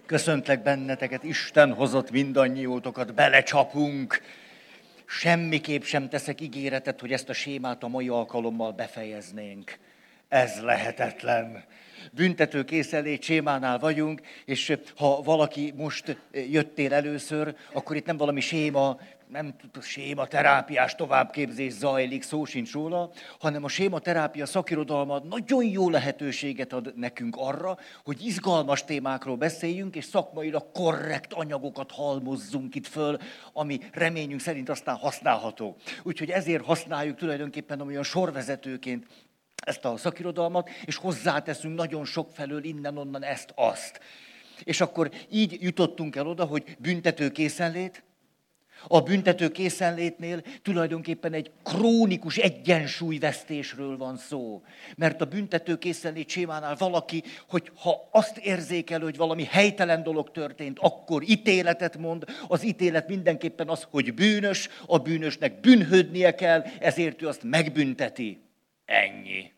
Köszöntlek benneteket, Isten hozott mindannyiótokat, belecsapunk. Semmiképp sem teszek ígéretet, hogy ezt a sémát a mai alkalommal befejeznénk. Ez lehetetlen. Büntető készenlét sémánál vagyunk, és ha valaki most jöttél először, akkor itt nem valami séma, nem sématerápiás továbbképzés zajlik, szó sincs róla, hanem a sématerápia szakirodalma nagyon jó lehetőséget ad nekünk arra, hogy izgalmas témákról beszéljünk, és szakmailag korrekt anyagokat halmozzunk itt föl, ami reményünk szerint aztán használható. Úgyhogy ezért használjuk tulajdonképpen olyan sorvezetőként ezt a szakirodalmat, és hozzáteszünk nagyon sok felől innen-onnan ezt-azt. És akkor így jutottunk el oda, hogy büntető készenlét. A büntető készenlétnél tulajdonképpen egy krónikus egyensúlyvesztésről van szó. Mert a büntető készenlét sémánál valaki, hogyha azt érzékel, hogy valami helytelen dolog történt, akkor ítéletet mond. Az ítélet mindenképpen az, hogy bűnös, a bűnösnek bűnhődnie kell, ezért ő azt megbünteti. Ennyi.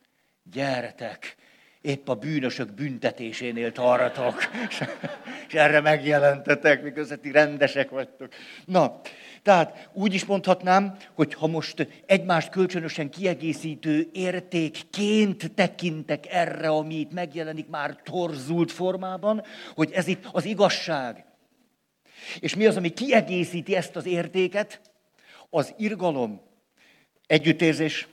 Gyertek! Épp a bűnösök büntetésénél tartok, és erre megjelentetek, miközben ti rendesek vagytok. Na, tehát úgy is mondhatnám, hogy ha most egymást kölcsönösen kiegészítő értékként tekintek erre, ami itt megjelenik már torzult formában, hogy ez itt az igazság. És mi az, ami kiegészíti ezt az értéket? Az irgalom, együttérzés,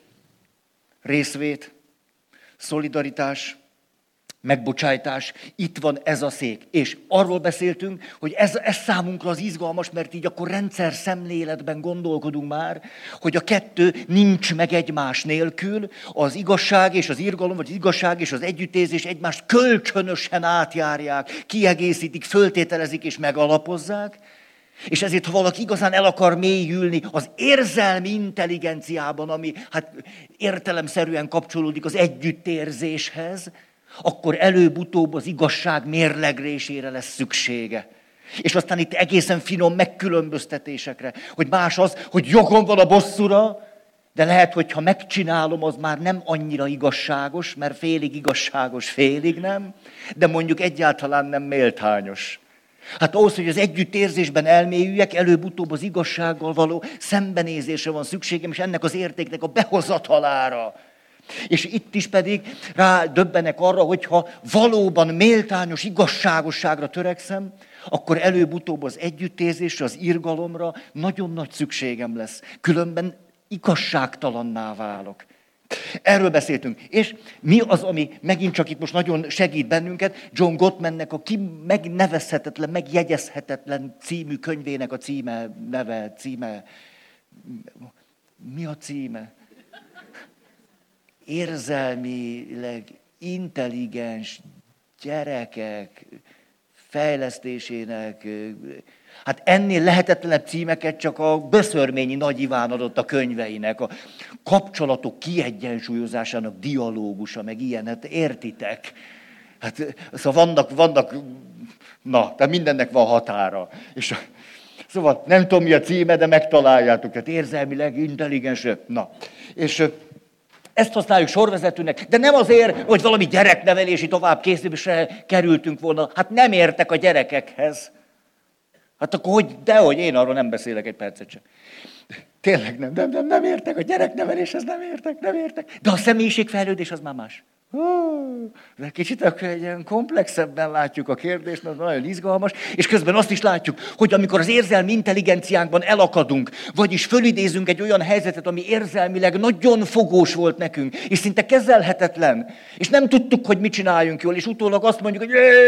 részvét, szolidaritás, megbocsájtás, itt van ez a szék. És arról beszéltünk, hogy ez számunkra az izgalmas, mert így akkor rendszer szemléletben gondolkodunk már, hogy a kettő nincs meg egymás nélkül, az igazság és az irgalom, vagy az igazság és az együttérzés egymást kölcsönösen átjárják, kiegészítik, föltételezik és megalapozzák. És ezért, ha valaki igazán el akar mélyülni az érzelmi intelligenciában, ami hát értelemszerűen kapcsolódik az együttérzéshez, akkor előbb-utóbb az igazság mérlegrésére lesz szüksége. És aztán itt egészen finom megkülönböztetésekre, hogy más az, hogy jogom van a bosszúra, de lehet, hogy ha megcsinálom, az már nem annyira igazságos, mert félig igazságos, félig nem, de mondjuk egyáltalán nem méltányos. Hát ahhoz, hogy az együttérzésben elmélyüljek, előbb-utóbb az igazsággal való szembenézésre van szükségem, és ennek az értéknek a behozatalára. És itt is pedig rádöbbenek arra, hogyha valóban méltányos igazságosságra törekszem, akkor előbb-utóbb az együttérzésre, az irgalomra nagyon nagy szükségem lesz. Különben igazságtalanná válok. Erről beszéltünk. És mi az, ami megint csak itt most nagyon segít bennünket? John Gottmannek a megnevezhetetlen, megjegyezhetetlen című könyvének a címe. Mi a címe? Érzelmileg intelligens gyerekek fejlesztésének. Hát ennél lehetetlenebb címeket csak a Böszörményi Nagy Iván adott a könyveinek. A kapcsolatok kiegyensúlyozásának dialógusa, meg ilyen, hát értitek? Hát szóval vannak, na, tehát mindennek van határa. És szóval nem tudom mi a címe, de megtaláljátok, tehát érzelmileg intelligens. Na, és ezt használjuk sorvezetőnek, de nem azért, hogy valami gyereknevelési továbbkészítésre kerültünk volna. Hát nem értek a gyerekekhez. Hát akkor dehogy én arról nem beszélek egy percet sem. Tényleg nem értek, a gyerekneveléshez nem értek. De a személyiségfejlődés az már más. De kicsit akkor egy ilyen komplexebben látjuk a kérdést, az nagyon izgalmas, és közben azt is látjuk, hogy amikor az érzelmi intelligenciánkban elakadunk, vagyis fölidézünk egy olyan helyzetet, ami érzelmileg nagyon fogós volt nekünk, és szinte kezelhetetlen, és nem tudtuk, hogy mit csináljunk jól, és utólag azt mondjuk,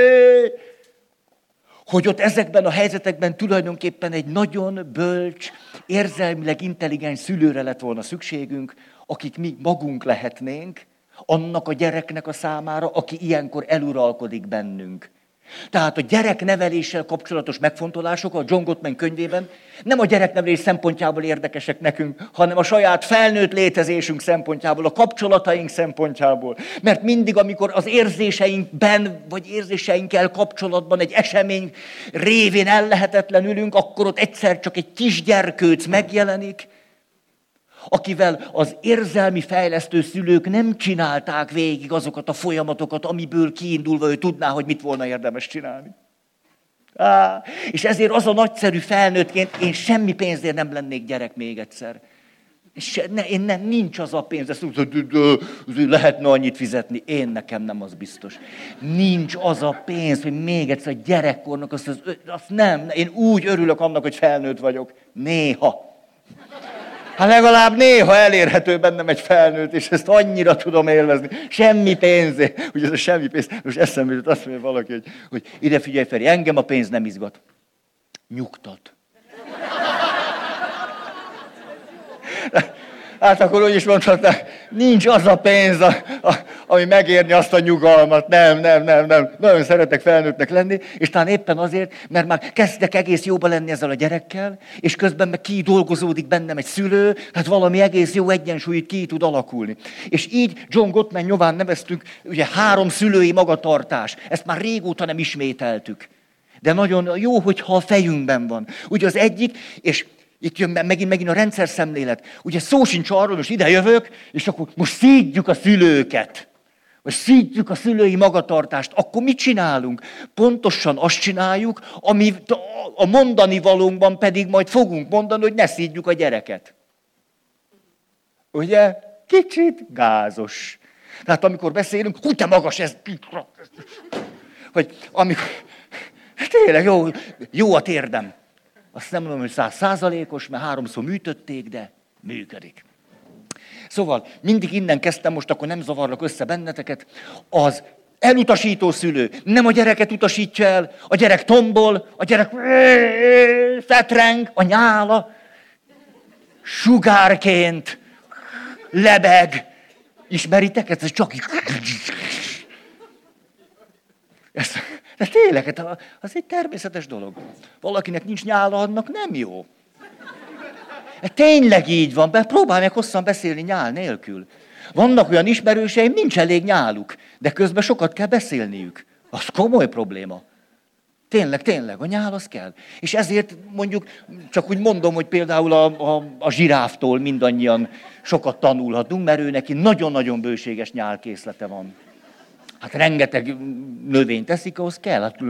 hogy ott ezekben a helyzetekben tulajdonképpen egy nagyon bölcs, érzelmileg intelligens szülőre lett volna szükségünk, akik mi magunk lehetnénk, annak a gyereknek a számára, aki ilyenkor eluralkodik bennünk. Tehát a gyerekneveléssel kapcsolatos megfontolások a John Gottman könyvében nem a gyereknevelés szempontjából érdekesek nekünk, hanem a saját felnőtt létezésünk szempontjából, a kapcsolataink szempontjából. Mert mindig, amikor az érzéseinkben, vagy érzéseinkkel kapcsolatban egy esemény révén ellehetetlenülünk, akkor ott egyszer csak egy kisgyerkőc megjelenik, akivel az érzelmi fejlesztő szülők nem csinálták végig azokat a folyamatokat, amiből kiindulva ő tudná, hogy mit volna érdemes csinálni. És ezért az a nagyszerű felnőttként, én semmi pénzért nem lennék gyerek még egyszer. Nincs az a pénz, ezt lehetne annyit fizetni, nekem nem, az biztos. Nincs az a pénz, hogy még egyszer a gyerekkornak, azt nem. Én úgy örülök annak, hogy felnőtt vagyok. Néha. Hát legalább néha elérhető bennem egy felnőtt, és ezt annyira tudom élvezni. Semmi pénzé. Ugye ez a semmi pénz. Most eszembe jutott azt mondja valaki, hogy ide figyelj Feri, engem a pénz nem izgat. Nyugtat. Hát akkor úgy is mondhatnák, nincs az a pénz, ami megérni azt a nyugalmat. Nem. Nagyon szeretek felnőttnek lenni, és talán éppen azért, mert már kezdek egész jóba lenni ezzel a gyerekkel, és közben meg kidolgozódik bennem egy szülő, hát valami egész jó egyensúly itt ki tud alakulni. És így John Gottman nyomán neveztünk, ugye 3 szülői magatartás. Ezt már régóta nem ismételtük. De nagyon jó, hogyha a fejünkben van. Ugye az egyik, és itt jön megint a rendszer szemlélet. Ugye szó sincs arról, most ide jövök, és akkor most szídjuk a szülőket. Vagy szídjuk a szülői magatartást. Akkor mit csinálunk? Pontosan azt csináljuk, amit a mondani valónkban pedig majd fogunk mondani, hogy ne szídjuk a gyereket. Ugye? Kicsit gázos. Tehát amikor beszélünk, hú, te magas ez. Vagy amikor... Tényleg jó a térdem. Azt nem mondom, hogy 100%-os, mert 3-szor műtötték, de működik. Szóval mindig innen kezdtem, most akkor nem zavarlak össze benneteket. Az elutasító szülő nem a gyereket utasítja el, a gyerek tombol, a gyerek fetreng, a nyála, sugárként lebeg. Ismeritek ezt? Ez csak így... De tényleg, az egy természetes dolog. Valakinek nincs nyála, annak nem jó. Tényleg így van, próbálj meg hosszan beszélni nyál nélkül. Vannak olyan ismerőseim, nincs elég nyáluk, de közben sokat kell beszélniük. Az komoly probléma. Tényleg, a nyál az kell. És ezért mondjuk, csak úgy mondom, hogy például a zsiráftól mindannyian sokat tanulhatunk, mert ő neki nagyon-nagyon bőséges nyálkészlete van. Hát rengeteg növényt teszik, ahhoz kell. Hát,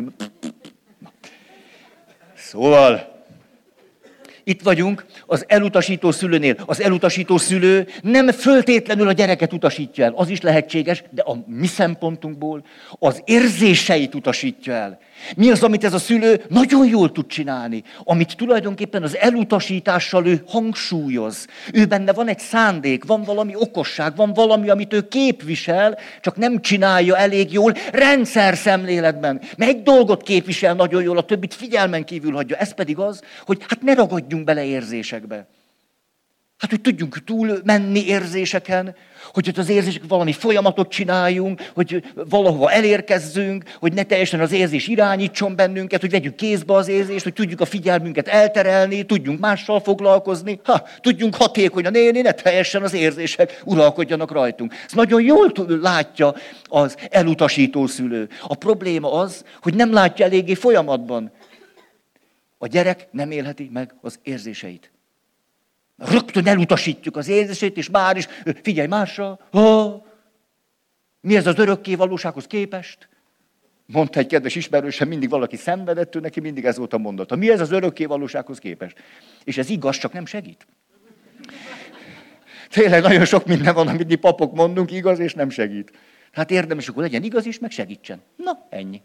szóval, itt vagyunk az elutasító szülőnél. Az elutasító szülő nem föltétlenül a gyereket utasítja el. Az is lehetséges, de a mi szempontunkból az érzéseit utasítja el. Mi az, amit ez a szülő nagyon jól tud csinálni? Amit tulajdonképpen az elutasítással ő hangsúlyoz. Ő benne van egy szándék, van valami okosság, van valami, amit ő képvisel, csak nem csinálja elég jól rendszer szemléletben. Mert egy dolgot képvisel nagyon jól, a többit figyelmen kívül hagyja. Ez pedig az, hogy hát ne ragadjunk bele érzésekbe. Hát, hogy tudjunk túl menni érzéseken, hogy az érzések valami folyamatot csináljunk, hogy valahova elérkezzünk, hogy ne teljesen az érzés irányítson bennünket, hogy vegyük kézbe az érzést, hogy tudjuk a figyelmünket elterelni, tudjunk mással foglalkozni, tudjunk hatékonyan élni, ne teljesen az érzések uralkodjanak rajtunk. Ez nagyon jól látja az elutasító szülő. A probléma az, hogy nem látja eléggé folyamatban. A gyerek nem élheti meg az érzéseit. Rögtön elutasítjuk az érzését, és már is, figyelj másra, mi ez az örökké valósághoz képest? Mondta egy kedves ismerősem, mindig valaki szenvedett, ő neki mindig ez volt a mondata. Mi ez az örökké valósághoz képest? És ez igaz, csak nem segít. Tényleg nagyon sok minden van, amit mi papok mondunk, igaz, és nem segít. Hát érdemes, akkor legyen igaz is, meg segítsen. Na, ennyi.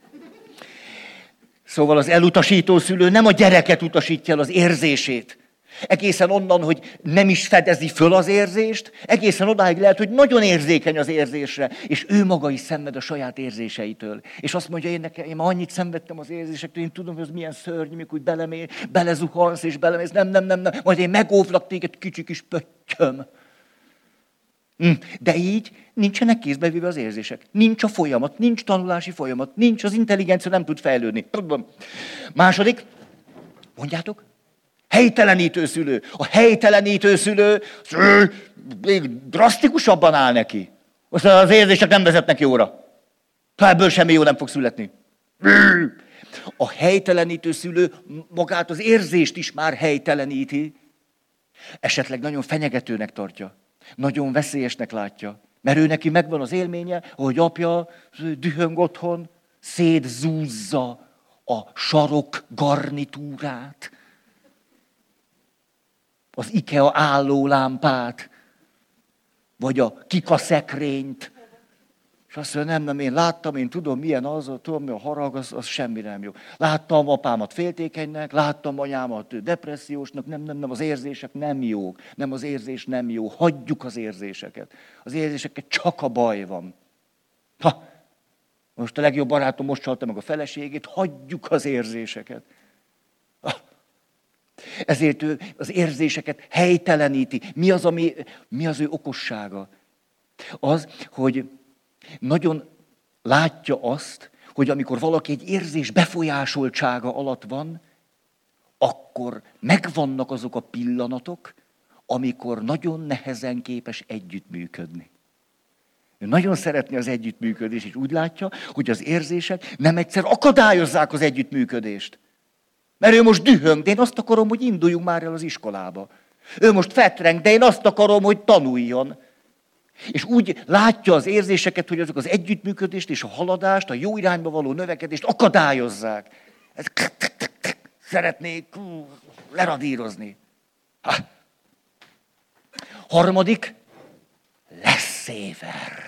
Szóval az elutasító szülő nem a gyereket utasítja el, az érzését. Egészen onnan, hogy nem is fedezi föl az érzést, egészen odáig lehet, hogy nagyon érzékeny az érzésre, és ő maga is szenved a saját érzéseitől. És azt mondja, én már annyit szenvedtem az érzésektől, én tudom, hogy ez milyen szörnyű, mikor belezuhansz és belemész, nem, majd én megóvlak téged, kicsi kis pöttyöm. De így nincsenek kézbevéve az érzések. Nincs a folyamat, nincs tanulási folyamat, nincs az intelligencia, nem tud fejlődni. Második, mondjátok? Helytelenítő szülő. A helytelenítő szülő még drasztikusabban áll neki. Most az érzések nem vezetnek jóra. Ebből semmi jó nem fog születni. A helytelenítő szülő magát az érzést is már helyteleníti. Esetleg nagyon fenyegetőnek tartja. Nagyon veszélyesnek látja. Mert ő neki megvan az élménye, hogy apja dühöng otthon, szétzúzza a sarok garnitúrát, az IKEA állólámpát, vagy a kikaszekrényt. És azt mondja, nem, én láttam, én tudom, milyen az, tudom, mi a harag, az semmi nem jó. Láttam apámat féltékenynek, láttam anyámat depressziósnak, nem, az érzések nem jók. Nem, az érzés nem jó. Hagyjuk az érzéseket. Az érzéseket csak a baj van. Most a legjobb barátom most csalta meg a feleségét, hagyjuk az érzéseket. Ezért ő az érzéseket helyteleníti. Mi az ő okossága? Az, hogy nagyon látja azt, hogy amikor valaki egy érzés befolyásoltsága alatt van, akkor megvannak azok a pillanatok, amikor nagyon nehezen képes együttműködni. Ő nagyon szeretné az együttműködést, és úgy látja, hogy az érzések nem egyszer akadályozzák az együttműködést. Mert ő most dühöng, de én azt akarom, hogy induljunk már el az iskolába. Ő most fetreng, de én azt akarom, hogy tanuljon. És úgy látja az érzéseket, hogy azok az együttműködést és a haladást, a jó irányba való növekedést akadályozzák. Szeretnék leradírozni. Harmadik, lesz széver.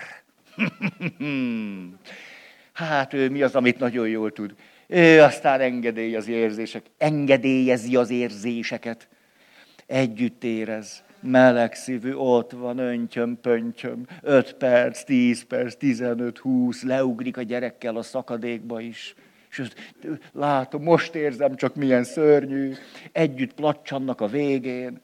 Hát ő mi az, amit nagyon jól tud. Ő aztán engedélyezi az érzéseket. Együtt érez. Meleg szívű, ott van, öntyöm, pöntyöm, 5 perc, 10 perc, 15, 20, leugrik a gyerekkel a szakadékba is. És látom, most érzem csak milyen szörnyű, együtt placsannak a végén.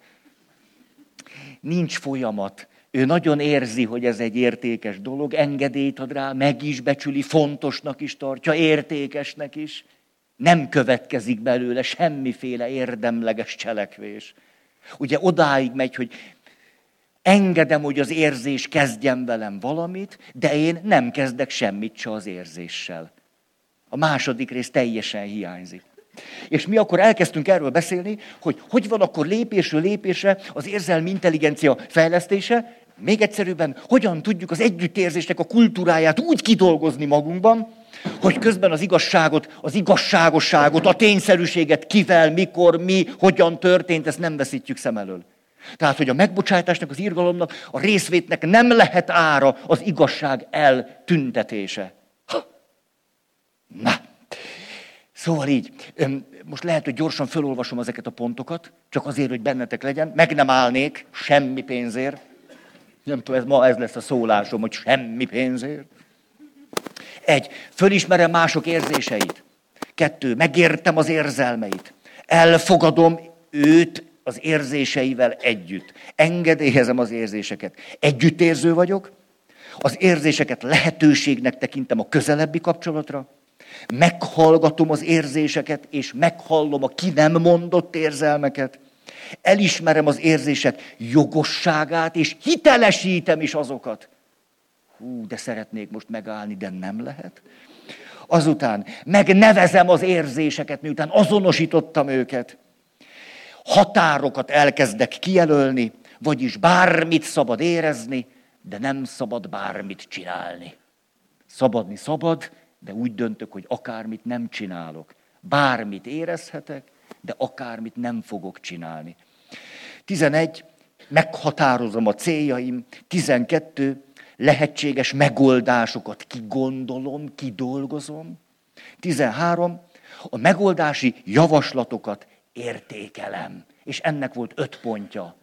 Nincs folyamat. Ő nagyon érzi, hogy ez egy értékes dolog, engedélyt ad rá, meg is becsüli, fontosnak is tartja, értékesnek is. Nem következik belőle semmiféle érdemleges cselekvés. Ugye odáig megy, hogy engedem, hogy az érzés kezdjen velem valamit, de én nem kezdek semmit se az érzéssel. A második rész teljesen hiányzik. És mi akkor elkezdtünk erről beszélni, hogy van akkor lépésről lépésre az érzelmi intelligencia fejlesztése, még egyszerűbben, hogyan tudjuk az együttérzésnek a kultúráját úgy kidolgozni magunkban, hogy közben az igazságot, az igazságosságot, a tényszerűséget kivel, mikor, mi, hogyan történt, ezt nem veszítjük szem elől. Tehát, hogy a megbocsátásnak, az irgalomnak, a részvétnek nem lehet ára az igazság eltüntetése. Na, szóval így, most lehet, hogy gyorsan felolvasom ezeket a pontokat, csak azért, hogy bennetek legyen, meg nem állnék semmi pénzért. Nem tudom, ez lesz a szólásom, hogy semmi pénzért. 1. Fölismerem mások érzéseit. 2. Megértem az érzelmeit. Elfogadom őt az érzéseivel együtt. Engedélyezem az érzéseket. Együttérző vagyok. Az érzéseket lehetőségnek tekintem a közelebbi kapcsolatra. Meghallgatom az érzéseket, és meghallom a ki nem mondott érzelmeket. Elismerem az érzések jogosságát, és hitelesítem is azokat. De szeretnék most megállni, de nem lehet. Azután megnevezem az érzéseket, miután azonosítottam őket. Határokat elkezdek kijelölni, vagyis bármit szabad érezni, de nem szabad bármit csinálni. Szabadni szabad, de úgy döntök, hogy akármit nem csinálok. Bármit érezhetek, de akármit nem fogok csinálni. 11. Meghatározom a céljaim. 12. Lehetséges megoldásokat kigondolom, kidolgozom. 13. A megoldási javaslatokat értékelem. És ennek volt 5 pontja.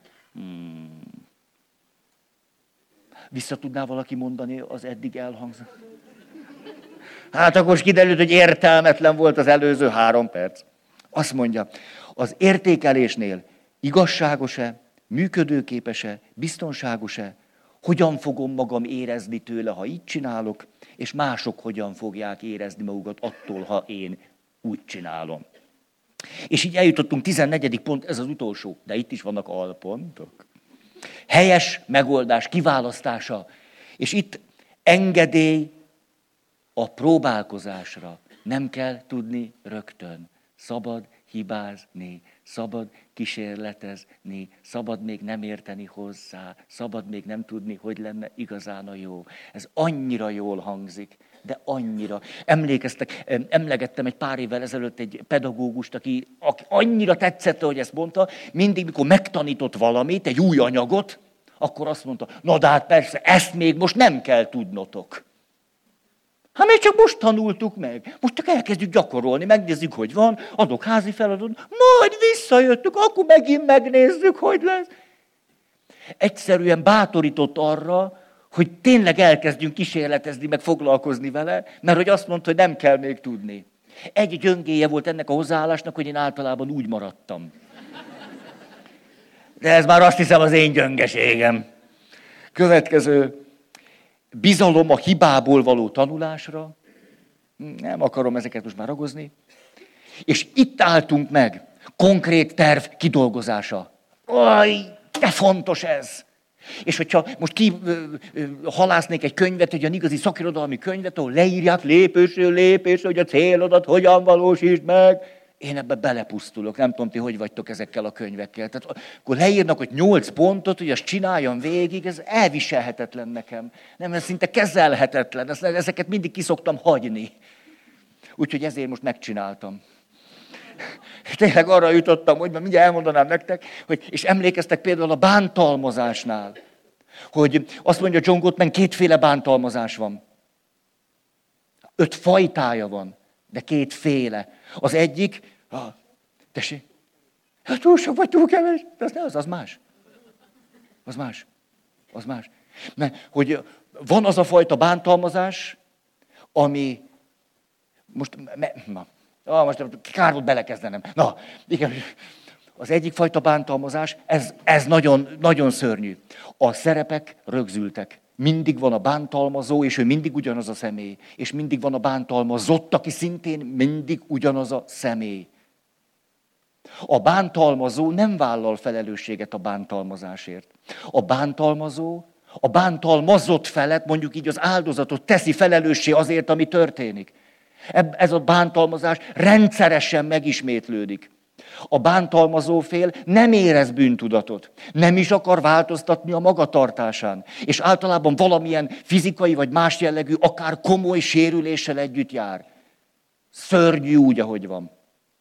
Vissza tudná valaki mondani az eddig elhangzott? Hát akkor most kiderült, hogy értelmetlen volt az előző 3 perc. Azt mondja, az értékelésnél igazságos-e, működőképes-e, biztonságos-e, hogyan fogom magam érezni tőle, ha így csinálok, és mások hogyan fogják érezni magukat attól, ha én úgy csinálom. És így eljutottunk 14. pont, ez az utolsó, de itt is vannak alpontok. Helyes megoldás kiválasztása. És itt engedély a próbálkozásra. Nem kell tudni rögtön. Szabad hibázni, szabad kísérletezni, szabad még nem érteni hozzá, szabad még nem tudni, hogy lenne igazán a jó. Ez annyira jól hangzik, De annyira. Emlegettem egy pár évvel ezelőtt egy pedagógust, aki annyira tetszett, hogy ezt mondta, mindig, mikor megtanított valamit, egy új anyagot, akkor azt mondta, na de hát persze, ezt még most nem kell tudnotok. Hát még csak most tanultuk meg. Most csak elkezdjük gyakorolni, megnézzük, hogy van, adok házi feladatot, majd visszajöttük, akkor megint megnézzük, hogy lesz. Egyszerűen bátorított arra, hogy tényleg elkezdjünk kísérletezni, meg foglalkozni vele, mert hogy azt mondta, hogy nem kell még tudni. Egy gyöngéje volt ennek a hozzáállásnak, hogy én általában úgy maradtam. De ez már azt hiszem az én gyöngeségem. Következő, bizalom a hibából való tanulásra. Nem akarom ezeket most már ragozni. És itt álltunk meg. Konkrét terv kidolgozása. Aj, de fontos ez! És hogyha most halásznék egy könyvet, egy olyan igazi szakirodalmi könyvet, ahol leírják lépésről lépésre, hogy a célodat hogyan valósítsd meg, én ebbe belepusztulok. Nem tudom, ti hogy vagytok ezekkel a könyvekkel. Tehát akkor leírnak, hogy 8 pontot, hogy azt csináljam végig, ez elviselhetetlen nekem. Nem, ez szinte kezelhetetlen. Ezeket mindig ki szoktam hagyni. Úgyhogy ezért most megcsináltam. Tényleg arra jutottam, hogy mindjárt elmondanám nektek, hogy, és emlékeztek például a bántalmazásnál, hogy azt mondja John Gottman, 2 bántalmazás van. 5 fajtája van, de 2. Az egyik, tessék, túl sok vagy túl kevés, az más. Az más. Mert, hogy van az a fajta bántalmazás, ami most kár volt belekezdenem. Na, igen, az egyik fajta bántalmazás, ez nagyon, nagyon szörnyű. A szerepek rögzültek. Mindig van a bántalmazó, és ő mindig ugyanaz a személy. És mindig van a bántalmazott, aki szintén mindig ugyanaz a személy. A bántalmazó nem vállal felelősséget a bántalmazásért. A bántalmazó, a bántalmazott felett, mondjuk így az áldozatot teszi felelőssé azért, ami történik. Ez a bántalmazás rendszeresen megismétlődik. A bántalmazó fél nem érez bűntudatot, nem is akar változtatni a magatartásán, és általában valamilyen fizikai vagy más jellegű, akár komoly sérüléssel együtt jár. Szörnyű úgy, ahogy van.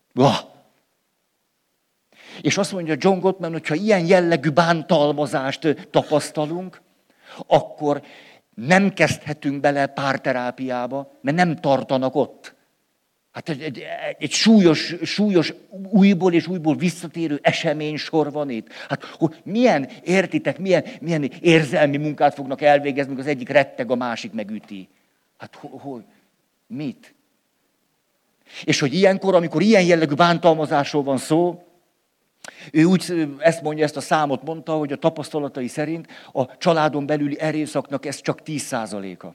És azt mondja John Gottman, hogy ha ilyen jellegű bántalmazást tapasztalunk, akkor nem kezdhetünk bele párterápiába, mert nem tartanak ott. Hát egy súlyos, újból és újból visszatérő eseménysor van itt. Hát milyen, értitek, milyen érzelmi munkát fognak elvégezni, az egyik retteg, a másik megüti. Hát mit? És hogy ilyenkor, amikor ilyen jellegű bántalmazásról van szó, ő úgy ezt mondja, ezt a számot mondta, hogy a tapasztalatai szerint a családon belüli erőszaknak ez csak 10%-a.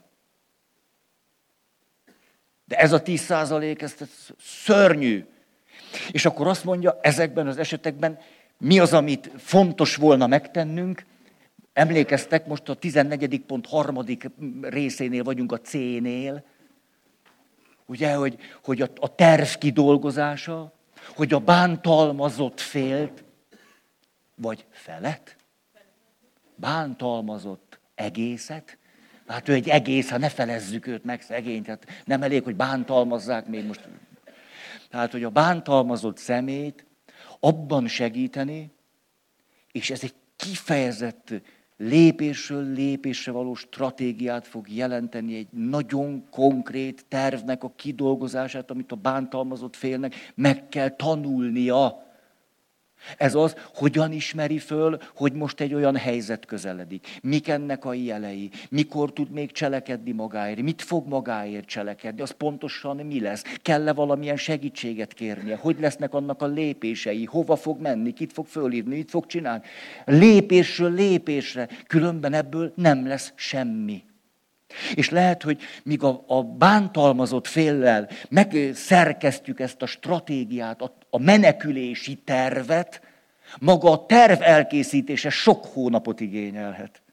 De ez a 10%, ez szörnyű. És akkor azt mondja, ezekben az esetekben mi az, amit fontos volna megtennünk. Emlékeztek, most a 14. pont 3. részénél vagyunk, a C-nél. Ugye, hogy a terv kidolgozása, hogy a bántalmazott félt, vagy felet, bántalmazott egészet. Hát ő egy egész, ha ne felezzük őt meg, szegény, tehát nem elég, hogy bántalmazzák még most. Tehát, hogy a bántalmazott szemét abban segíteni, és ez egy kifejezett lépésről lépésre való stratégiát fog jelenteni, egy nagyon konkrét tervnek a kidolgozását, amit a bántalmazott félnek meg kell tanulnia. Ez az, hogyan ismeri föl, hogy most egy olyan helyzet közeledik. Mik ennek a jelei? Mikor tud még cselekedni magáért? Mit fog magáért cselekedni? Az pontosan mi lesz? Kell-e valamilyen segítséget kérnie? Hogy lesznek annak a lépései? Hova fog menni? Kit fog fölhívni? Mit fog csinálni? Lépésről lépésre. Különben ebből nem lesz semmi. És lehet, hogy míg a bántalmazott féllel megszerkesztjük ezt a stratégiát, a menekülési tervet, maga a terv elkészítése sok hónapot igényelhet.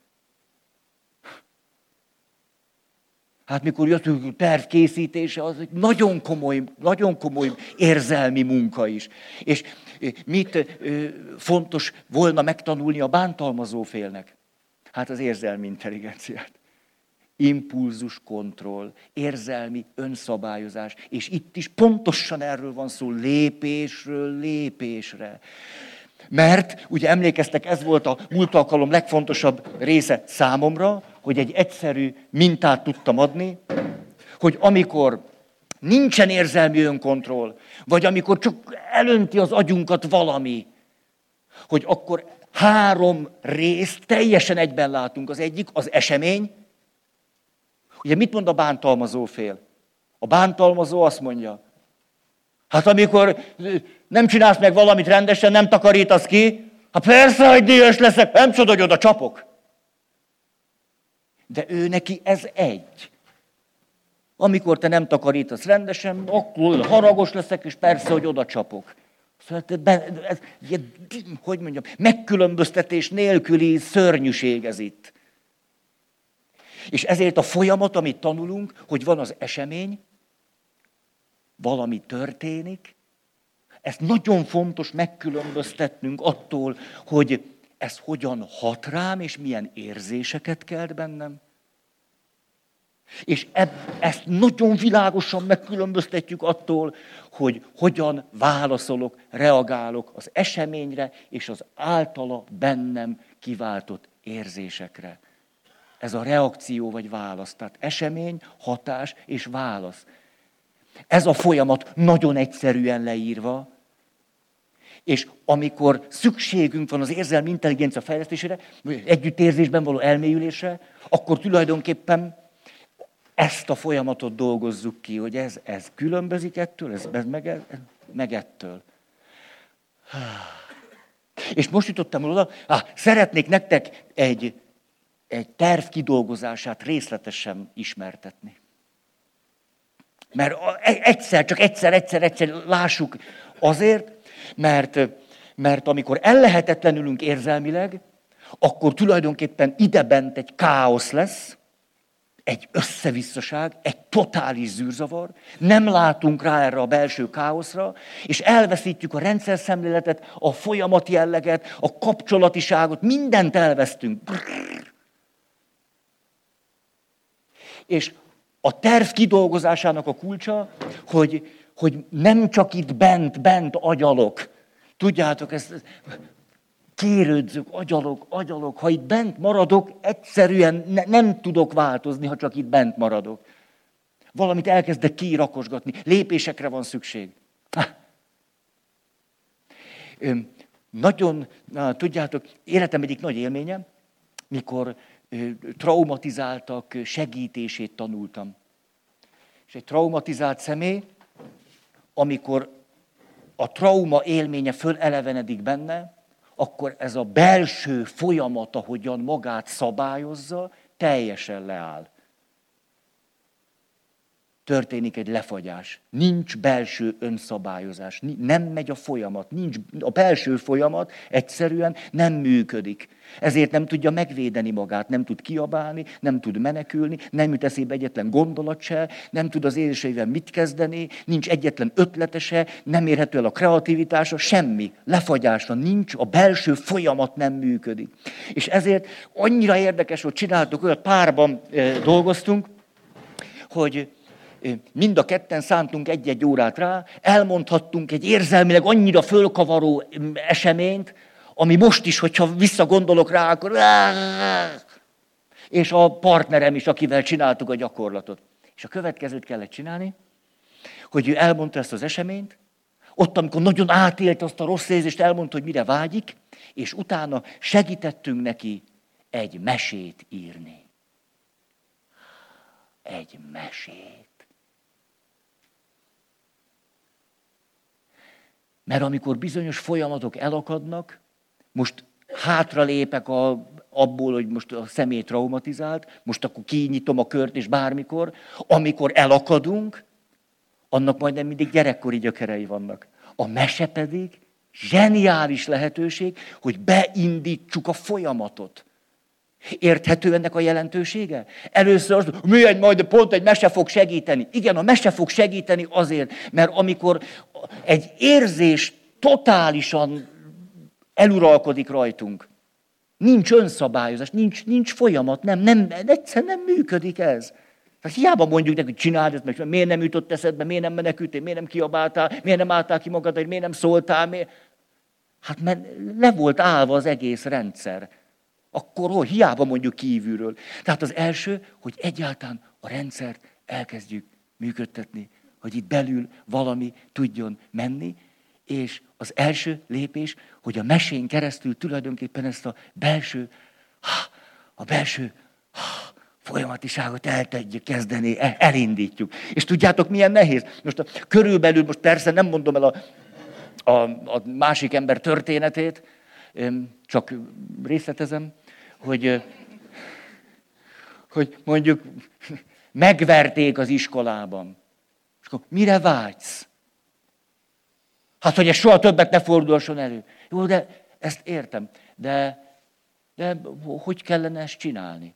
Hát mikor jött a terv készítése, az egy nagyon komoly érzelmi munka is. És mit fontos volna megtanulni a bántalmazó félnek? Hát az érzelmi intelligenciát. impulzus kontroll, érzelmi önszabályozás, és itt is pontosan erről van szó, lépésről lépésre. Mert, ugye emlékeztek, ez volt a múlt alkalom legfontosabb része számomra, hogy egy egyszerű mintát tudtam adni, hogy amikor nincsen érzelmi önkontroll, vagy amikor csak elönti az agyunkat valami, hogy akkor 3 részt teljesen egyben látunk. Az egyik az esemény. Ugye mit mond a bántalmazó fél? A bántalmazó azt mondja, hát amikor nem csinálsz meg valamit rendesen, nem takarítasz ki, hát persze, hogy dühös leszek, nem csoda, hogy oda csapok. De ő neki ez egy. Amikor te nem takarítasz rendesen, akkor haragos leszek, és persze, hogy oda csapok. Szóval ez, hogy mondjam, megkülönböztetés nélküli szörnyűség ez itt. És ezért a folyamat, amit tanulunk, hogy van az esemény, valami történik, ezt nagyon fontos megkülönböztetnünk attól, hogy ez hogyan hat rám, és milyen érzéseket kelt bennem. És ezt nagyon világosan megkülönböztetjük attól, hogy hogyan válaszolok, reagálok az eseményre, és az általa bennem kiváltott érzésekre. Ez a reakció vagy válasz. Tehát esemény, hatás és válasz. Ez a folyamat nagyon egyszerűen leírva, és amikor szükségünk van az érzelmi intelligencia fejlesztésére, együttérzésben való elmélyülésre, akkor tulajdonképpen ezt a folyamatot dolgozzuk ki, hogy ez különbözik ettől, ez meg ettől. És most jutottam oda, szeretnék nektek egy terv kidolgozását részletesen ismertetni. Mert egyszer lássuk azért, mert amikor ellehetetlenülünk érzelmileg, akkor tulajdonképpen idebent egy káosz lesz, egy összevisszaság, egy totális zűrzavar, nem látunk rá erre a belső káoszra, és elveszítjük a rendszerszemléletet, a folyamat jelleget, a kapcsolatiságot, mindent elvesztünk. És a terv kidolgozásának a kulcsa, hogy nem csak itt bent agyalok. Tudjátok, ezt kérődzök, agyalok. Ha itt bent maradok, egyszerűen nem tudok változni, ha csak itt bent maradok. Valamit elkezdek kirakosgatni, lépésekre van szükség. Tudjátok, életem egyik nagy élménye, mikor traumatizáltak segítését tanultam. És egy traumatizált személy, amikor a trauma élménye fölelevenedik benne, akkor ez a belső folyamat, ahogyan magát szabályozza, teljesen leáll. Történik egy lefagyás. Nincs belső önszabályozás. Nem megy a folyamat. A belső folyamat egyszerűen nem működik. Ezért nem tudja megvédeni magát, nem tud kiabálni, nem tud menekülni, nem jut eszébe egyetlen gondolat se, nem tud az érzéseivel mit kezdeni, nincs egyetlen ötlete se, nem érhető el a kreativitása, semmi. Lefagyás van, nincs, a belső folyamat nem működik. És ezért annyira érdekes, hogy csináltuk, olyat párban dolgoztunk, hogy mind a ketten szántunk 1-1 órát rá, elmondhattunk egy érzelmileg annyira fölkavaró eseményt, ami most is, hogyha visszagondolok rá, akkor... És a partnerem is, akivel csináltuk a gyakorlatot. És a következőt kellett csinálni, hogy ő elmondta ezt az eseményt, ott, amikor nagyon átélte azt a rossz érzést, elmondta, hogy mire vágyik, és utána segítettünk neki egy mesét írni. Egy mesét. Mert amikor bizonyos folyamatok elakadnak, most hátralépek abból, hogy most a személy traumatizált, most akkor kinyitom a kört, és bármikor, amikor elakadunk, annak majdnem mindig gyerekkori gyökerei vannak. A mese pedig zseniális lehetőség, hogy beindítsuk a folyamatot. Érthető ennek a jelentősége? Először az, majd pont egy mese fog segíteni. Igen, a mese fog segíteni azért, mert amikor egy érzés totálisan eluralkodik rajtunk, Nincs önszabályozás, nincs folyamat, egyszerűen nem működik ez. Tehát hiába mondjuk neki, hogy csináld ezt, meg miért nem jutott eszedbe, miért nem menekültél, miért nem kiabáltál, miért nem álltál ki magad, miért nem szóltál, Hát mert le volt állva az egész rendszer. Akkor hiába mondjuk kívülről. Tehát az első, hogy egyáltalán a rendszert elkezdjük működtetni, hogy itt belül valami tudjon menni, és az első lépés, hogy a mesén keresztül tulajdonképpen ezt a belső folyamatiságot el tudjuk kezdeni, elindítjuk. És tudjátok, milyen nehéz? Körülbelül, most persze nem mondom el a másik ember történetét, csak részletezem, hogy mondjuk megverték az iskolában. És akkor mire vágysz? Hát, hogy ez soha többet ne fordulhasson elő. Jó, de ezt értem. De hogy kellene ezt csinálni?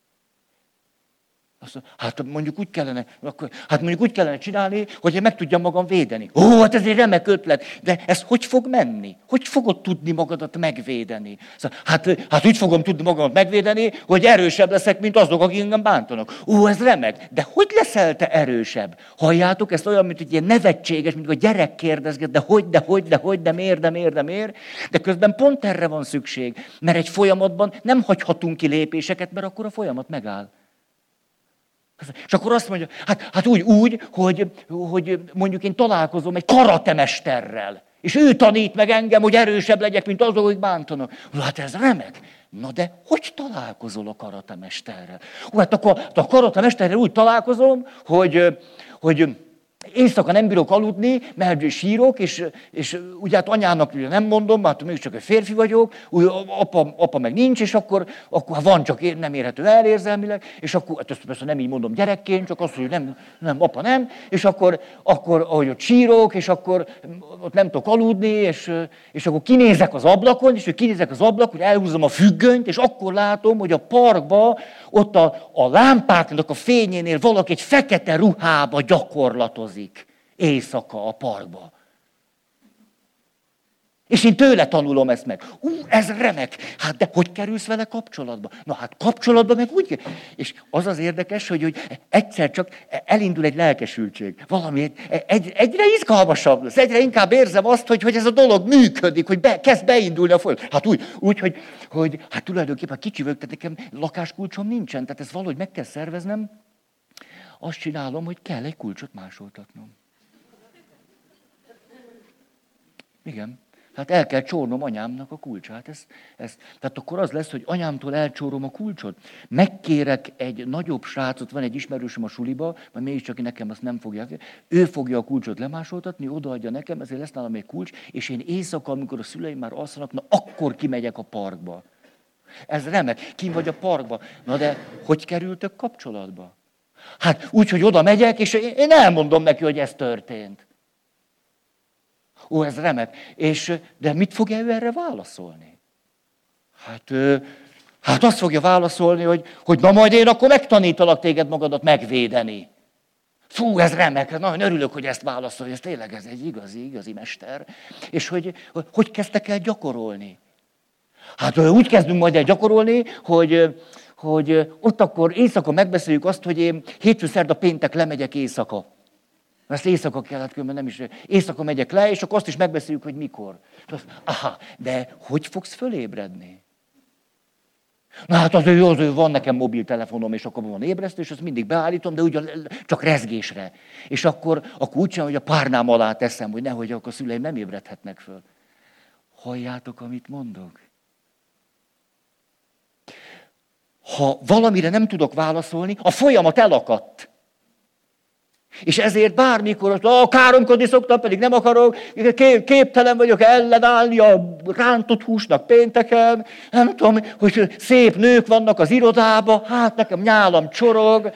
Hát mondjuk úgy kellene csinálni, hogy én meg tudjam magam védeni. Hát ez egy remek ötlet, de ez hogy fog menni? Hogy fogod tudni magadat megvédeni? Hát úgy fogom tudni magamat megvédeni, hogy erősebb leszek, mint azok, akik engem bántanak. Ez remek, de hogy leszel te erősebb? Halljátok, ezt olyan, mint hogy ilyen nevetséges, mint a gyerek kérdezget, de miért? De közben pont erre van szükség, mert egy folyamatban nem hagyhatunk ki lépéseket, mert akkor a folyamat megáll. És akkor azt mondja, hát úgy, hogy mondjuk én találkozom egy karatemesterrel, és ő tanít meg engem, hogy erősebb legyek, mint azok, akik bántanak. Hát ez remek. Na de hogy találkozol a karatemesterrel? Hát akkor a karatemesterrel úgy találkozom, hogy éjszaka nem bírok aludni, mert sírok, és ugye hát anyának nem mondom, hát még csak egy férfi vagyok, apa meg nincs, és akkor van, csak nem érhető el érzelmileg, és akkor, hát ezt persze nem így mondom gyerekként, csak azt, hogy nem, apa nem, és akkor ahogy ott sírok, és akkor ott nem tudok aludni, és akkor kinézek az ablakon, és hogy kinézek az ablakon, elhúzom a függönyt, és akkor látom, hogy a parkba, ott a lámpáknak a fényénél valaki egy fekete ruhába gyakorlatozik éjszaka a parkba. És én tőle tanulom ezt meg. Ez remek. Hát de hogy kerülsz vele kapcsolatba? Na hát kapcsolatba meg úgy. És az az érdekes, hogy egyszer csak elindul egy lelkesültség. Valami egyre izgalmasabb lesz. Egyre inkább érzem azt, hogy ez a dolog működik, hogy kezd beindulni a folyamat. Hát úgy, hogy hát tulajdonképpen kicsivők, tehát nekem lakáskulcsom nincsen, tehát ezt valahogy meg kell szerveznem. Azt csinálom, hogy kell egy kulcsot másoltatnom. Igen. Hát el kell csórnom anyámnak a kulcsát. Tehát akkor az lesz, hogy anyámtól elcsórom a kulcsot. Megkérek egy nagyobb srácot, van egy ismerősöm a suliba, majd mégiscsak nekem azt nem fogja. Ő fogja a kulcsot lemásoltatni, odaadja nekem, ezért lesz nálam egy kulcs, és én éjszaka, amikor a szüleim már alszanak, na akkor kimegyek a parkba. Ez remek, kim vagy a parkba. Na de hogy kerültök kapcsolatba? Hát úgy, hogy oda megyek, és én elmondom neki, hogy ez történt. Ez remek. De mit fogja ő erre válaszolni? Hát azt fogja válaszolni, hogy na majd én akkor megtanítalak téged magadat megvédeni. Ez remek, nagyon örülök, hogy ezt válaszolja, ez tényleg ez egy igazi mester. És hogy kezdtek el gyakorolni? Hát úgy kezdünk majd el gyakorolni, hogy ott akkor éjszaka megbeszéljük azt, hogy én hétfő, szerda, péntek lemegyek éjszaka. Ezt éjszaka kellett, különben nem is. Éjszaka megyek le, és akkor azt is megbeszéljük, hogy mikor. De hogy fogsz fölébredni? Na hát az ő van nekem mobiltelefonom, és akkor van ébresztő, és azt mindig beállítom, de úgy csak rezgésre. És akkor úgy sem, hogy a párnám alá teszem, hogy nehogy akkor a szüleim nem ébredhetnek föl. Halljátok, amit mondok? Ha valamire nem tudok válaszolni, a folyamat elakadt. És ezért bármikor, káromkodni szoktam, pedig nem akarok, képtelen vagyok ellenállni a rántott húsnak pénteken, nem tudom, hogy szép nők vannak az irodába, hát nekem nyálam csorog.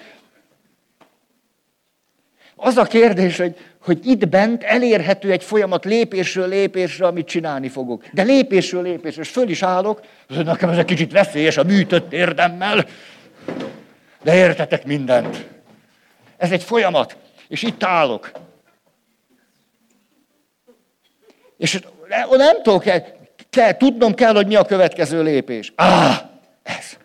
Az a kérdés, hogy itt bent elérhető egy folyamat lépésről lépésre, amit csinálni fogok. De lépésről lépésre, és föl is állok, nekem ez egy kicsit veszélyes a műtött érdemmel, de értetek mindent. Ez egy folyamat. És itt állok. És nem tudok, Tudnom kell, hogy mi a következő lépés. Ez.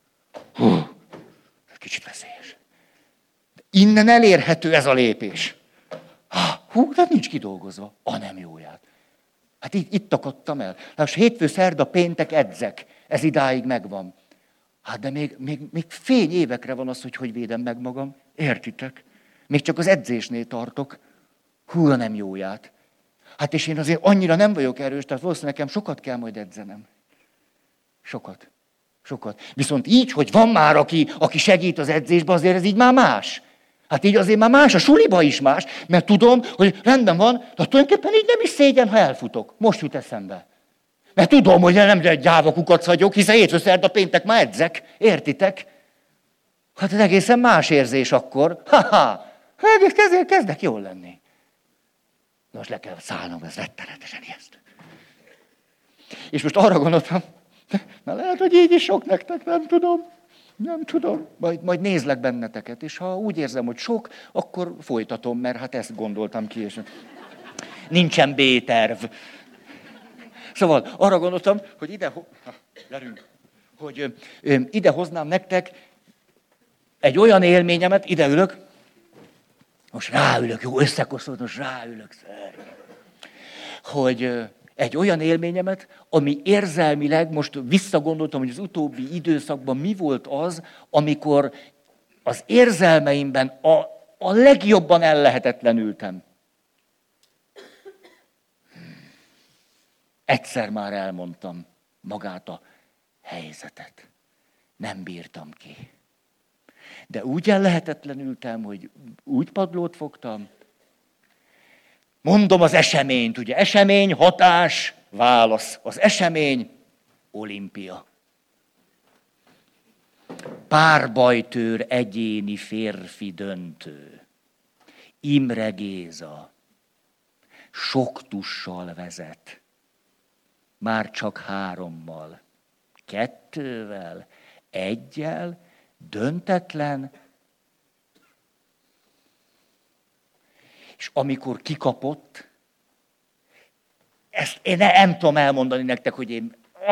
Kicsit veszélyes. Innen elérhető ez a lépés. De nincs kidolgozva. Nem jóját. Hát itt akadtam el. Hát hétfő, szerda, péntek edzek. Ez idáig megvan. De még fény évekre van az, hogy védem meg magam. Értitek? Még csak az edzésnél tartok. Nem jóját. Hát és én azért annyira nem vagyok erős, tehát valószínűleg nekem sokat kell majd edzenem. Sokat. Viszont így, hogy van már, aki segít az edzésben, azért ez így már más. Hát így azért már más, a suliba is más, mert tudom, hogy rendben van, de tulajdonképpen így nem is szégyen, ha elfutok. Most jut eszembe. Mert tudom, hogy nem egy gyáva kukac vagyok, hiszen hétfő, szerda, péntek már edzek. Értitek? Hát ez egészen más érzés akkor. Ezért kezdek jól lenni. Most le kell szállnom, ez rettenetesen ijesztő. És most arra gondoltam, lehet, hogy így is sok nektek, nem tudom. Majd nézlek benneteket, és ha úgy érzem, hogy sok, akkor folytatom, mert hát ezt gondoltam ki, és nincsen B-terv. Szóval arra gondoltam, hogy ide hoznám nektek egy olyan élményemet, ide ülök, most ráülök, jó, összekoszoltam, most ráülök, hogy egy olyan élményemet, ami érzelmileg, most visszagondoltam, hogy az utóbbi időszakban mi volt az, amikor az érzelmeimben a legjobban ellehetetlenültem. Egyszer már elmondtam magát a helyzetet. Nem bírtam ki. De úgy ellehetetlenültem, hogy úgy padlót fogtam. Mondom az eseményt, ugye? Esemény, hatás, válasz. Az esemény, olimpia. Párbajtőr egyéni férfi döntő. Imre Géza. Sok tussal vezet. Már csak 3-mal. 2-vel. 1-jel. Döntetlen. És amikor kikapott, ezt én nem tudom elmondani nektek, hogy én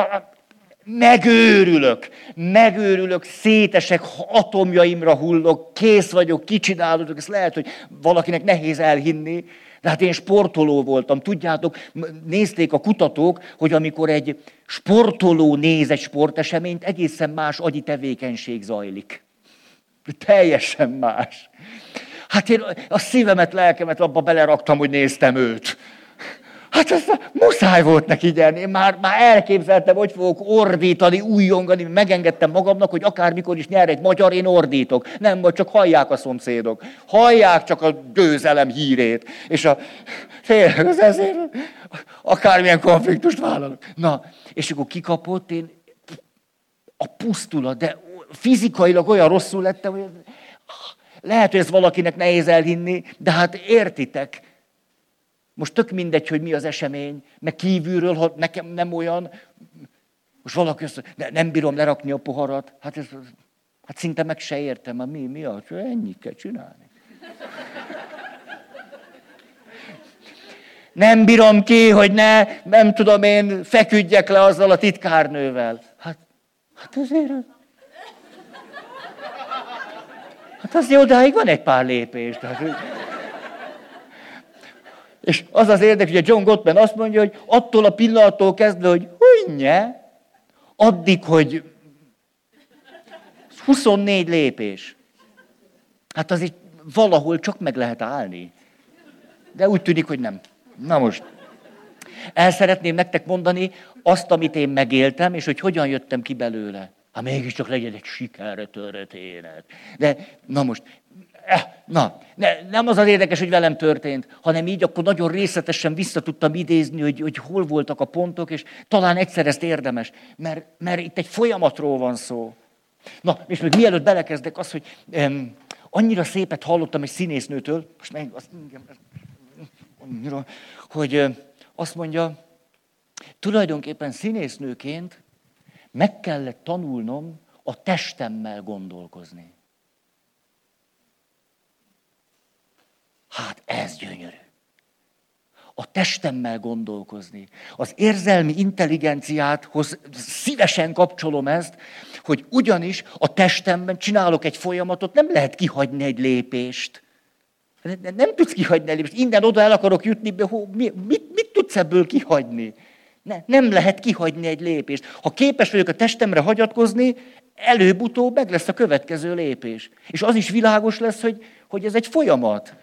megőrülök, szétesek, atomjaimra hullok, kész vagyok, kicsinálódok, ezt lehet, hogy valakinek nehéz elhinni, de hát én sportoló voltam. Tudjátok, nézték a kutatók, hogy amikor egy sportoló néz egy sporteseményt, egészen más agyi tevékenység zajlik. Teljesen más. Hát én a szívemet, lelkemet abba beleraktam, hogy néztem őt. Hát ez muszáj volt neki gyerni. Én már elképzeltem, hogy fogok ordítani, újjongani, megengedtem magamnak, hogy akármikor is nyer egy magyar, én ordítok. Nem, vagy csak hallják a szomszédok. Hallják csak a győzelem hírét. És tényleg az ezért akármilyen konfliktust vállalok. Na, és akkor kikapott, én a pusztulat, de fizikailag olyan rosszul lettem, hogy lehet, hogy ez valakinek nehéz elhinni, de hát értitek. Most tök mindegy, hogy mi az esemény, meg kívülről, ha nekem nem olyan. Most valaki azt mondja, nem bírom lerakni a poharat. Hát szinte meg se értem, mi az? Ennyit kell csinálni. Nem bírom ki, hogy nem tudom én, feküdjek le azzal a titkárnővel. Hát azért... Hát az odáig van egy pár lépés. És az az érdekes, hogy a John Gottman azt mondja, hogy attól a pillanattól kezdve, hogy hunye, addig, hogy 24 lépés. Hát az így valahol csak meg lehet állni. De úgy tűnik, hogy nem. Na most. El szeretném nektek mondani azt, amit én megéltem, és hogy hogyan jöttem ki belőle. Hát mégiscsak legyen egy sikerre történet. De, na most, nem az az érdekes, hogy velem történt, hanem így akkor nagyon részletesen vissza tudtam idézni, hogy hol voltak a pontok, és talán egyszer ezt érdemes, mert itt egy folyamatról van szó. Na, és még mielőtt belekezdek az, hogy annyira szépet hallottam egy színésznőtől, most meg azt mondja, hogy azt mondja, tulajdonképpen színésznőként meg kellett tanulnom a testemmel gondolkozni. Hát ez gyönyörű. a testemmel gondolkozni. Az érzelmi intelligenciáthoz szívesen kapcsolom ezt, hogy ugyanis a testemben csinálok egy folyamatot, nem lehet kihagyni egy lépést. Nem tudsz kihagyni egy lépést. Innen oda el akarok jutni, mit tudsz ebből kihagyni? Nem lehet kihagyni egy lépést. Ha képes vagyok a testemre hagyatkozni, előbb-utóbb meg lesz a következő lépés. És az is világos lesz, hogy ez egy folyamat.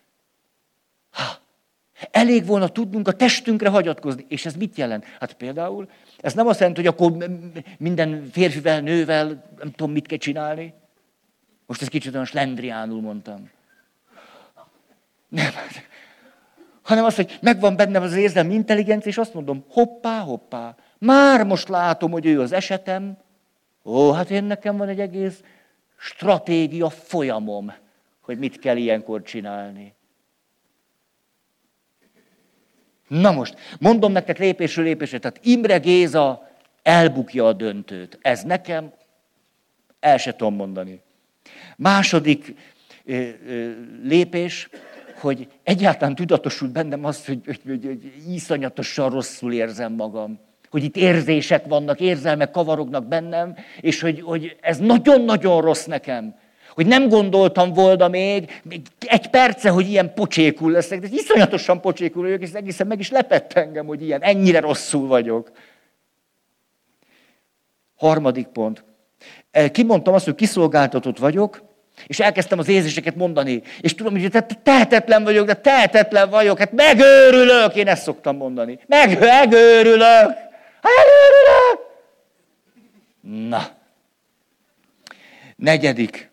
Elég volna tudnunk a testünkre hagyatkozni. És ez mit jelent? Hát például, ez nem azt jelenti, hogy akkor minden férfivel, nővel nem tudom, mit kell csinálni. Most ezt kicsit olyan slendriánul mondtam. Nem. Hanem az, hogy megvan bennem az érzelmi intelligencia, és azt mondom, hoppá, hoppá. Már most látom, hogy ő az esetem. Hát én nekem van egy egész stratégia folyamom, hogy mit kell ilyenkor csinálni. Na most, mondom nektek lépésről lépésre, tehát Imre Géza elbukja a döntőt. Ez nekem, el se tudom mondani. Második lépés, hogy egyáltalán tudatosult bennem az, hogy iszonyatosan rosszul érzem magam. Hogy itt érzések vannak, érzelmek kavarognak bennem, és hogy ez nagyon-nagyon rossz nekem. Hogy nem gondoltam volna még egy perce, hogy ilyen pocsékul leszek, de iszonyatosan pocsékul vagyok, és egészen meg is lepett engem, hogy ennyire rosszul vagyok. Harmadik pont. Kimondtam azt, hogy kiszolgáltatott vagyok, és elkezdtem az érzéseket mondani. És tudom, hogy tehetetlen vagyok, de tehetetlen vagyok, hát megőrülök, én ezt szoktam mondani. Megőrülök! Megőrülök! Na. Negyedik.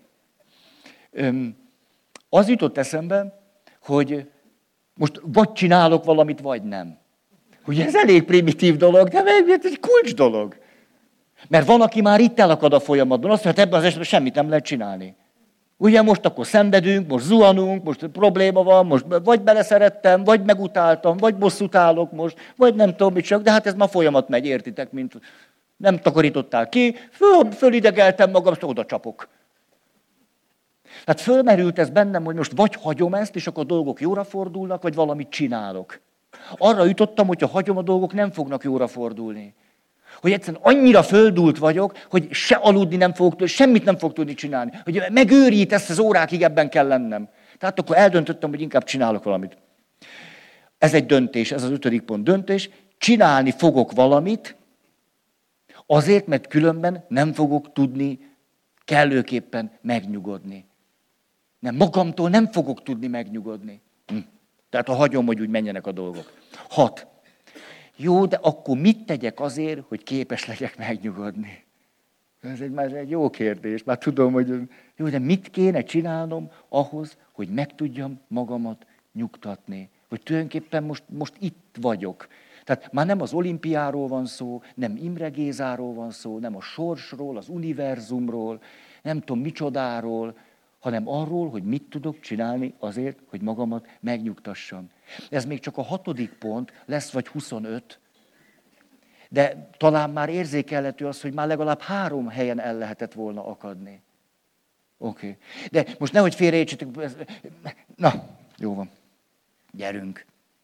Az jutott eszembe, hogy most vagy csinálok valamit, vagy nem. Ugye ez elég primitív dolog, de ez egy kulcs dolog. Mert van, aki már itt elakad a folyamatban, azt mondja, ebben az esetben semmit nem lehet csinálni. Ugye most akkor szenvedünk, most zuhanunk, most probléma van, most vagy beleszerettem, vagy megutáltam, vagy bosszút állok most, vagy nem tudom mit csak, de hát ez már folyamat megy, értitek, mint nem takarítottál ki, fölidegeltem magam, azt oda csapok. Tehát fölmerült ez bennem, hogy most vagy hagyom ezt, és akkor a dolgok jóra fordulnak, vagy valamit csinálok. Arra jutottam, hogy ha hagyom, a dolgok nem fognak jóra fordulni. Hogy egyszerűen annyira földult vagyok, hogy se aludni nem fogok tudni, semmit nem fogok tudni csinálni. Hogy megőrít ezt az órákig, ebben kell lennem. Tehát akkor eldöntöttem, hogy inkább csinálok valamit. Ez egy döntés, ez az 5. pont döntés. Csinálni fogok valamit, azért, mert különben nem fogok tudni kellőképpen megnyugodni. Nem, magamtól nem fogok tudni megnyugodni. Tehát ha hagyom, hogy úgy menjenek a dolgok. 6. Jó, de akkor mit tegyek azért, hogy képes legyek megnyugodni? Ez már egy jó kérdés. Már tudom, hogy jó, de mit kéne csinálnom ahhoz, hogy meg tudjam magamat nyugtatni? Hogy tulajdonképpen most itt vagyok. Tehát már nem az olimpiáról van szó, nem Imre Gézáról van szó, nem a sorsról, az univerzumról, nem tudom micsodáról, hanem arról, hogy mit tudok csinálni azért, hogy magamat megnyugtassam. Ez még csak a 6. pont, lesz vagy 25, de talán már érzékelhető az, hogy már legalább 3 helyen el lehetett volna akadni. Oké. De most nehogy félreértsetek. Na, jó van. Gyerünk.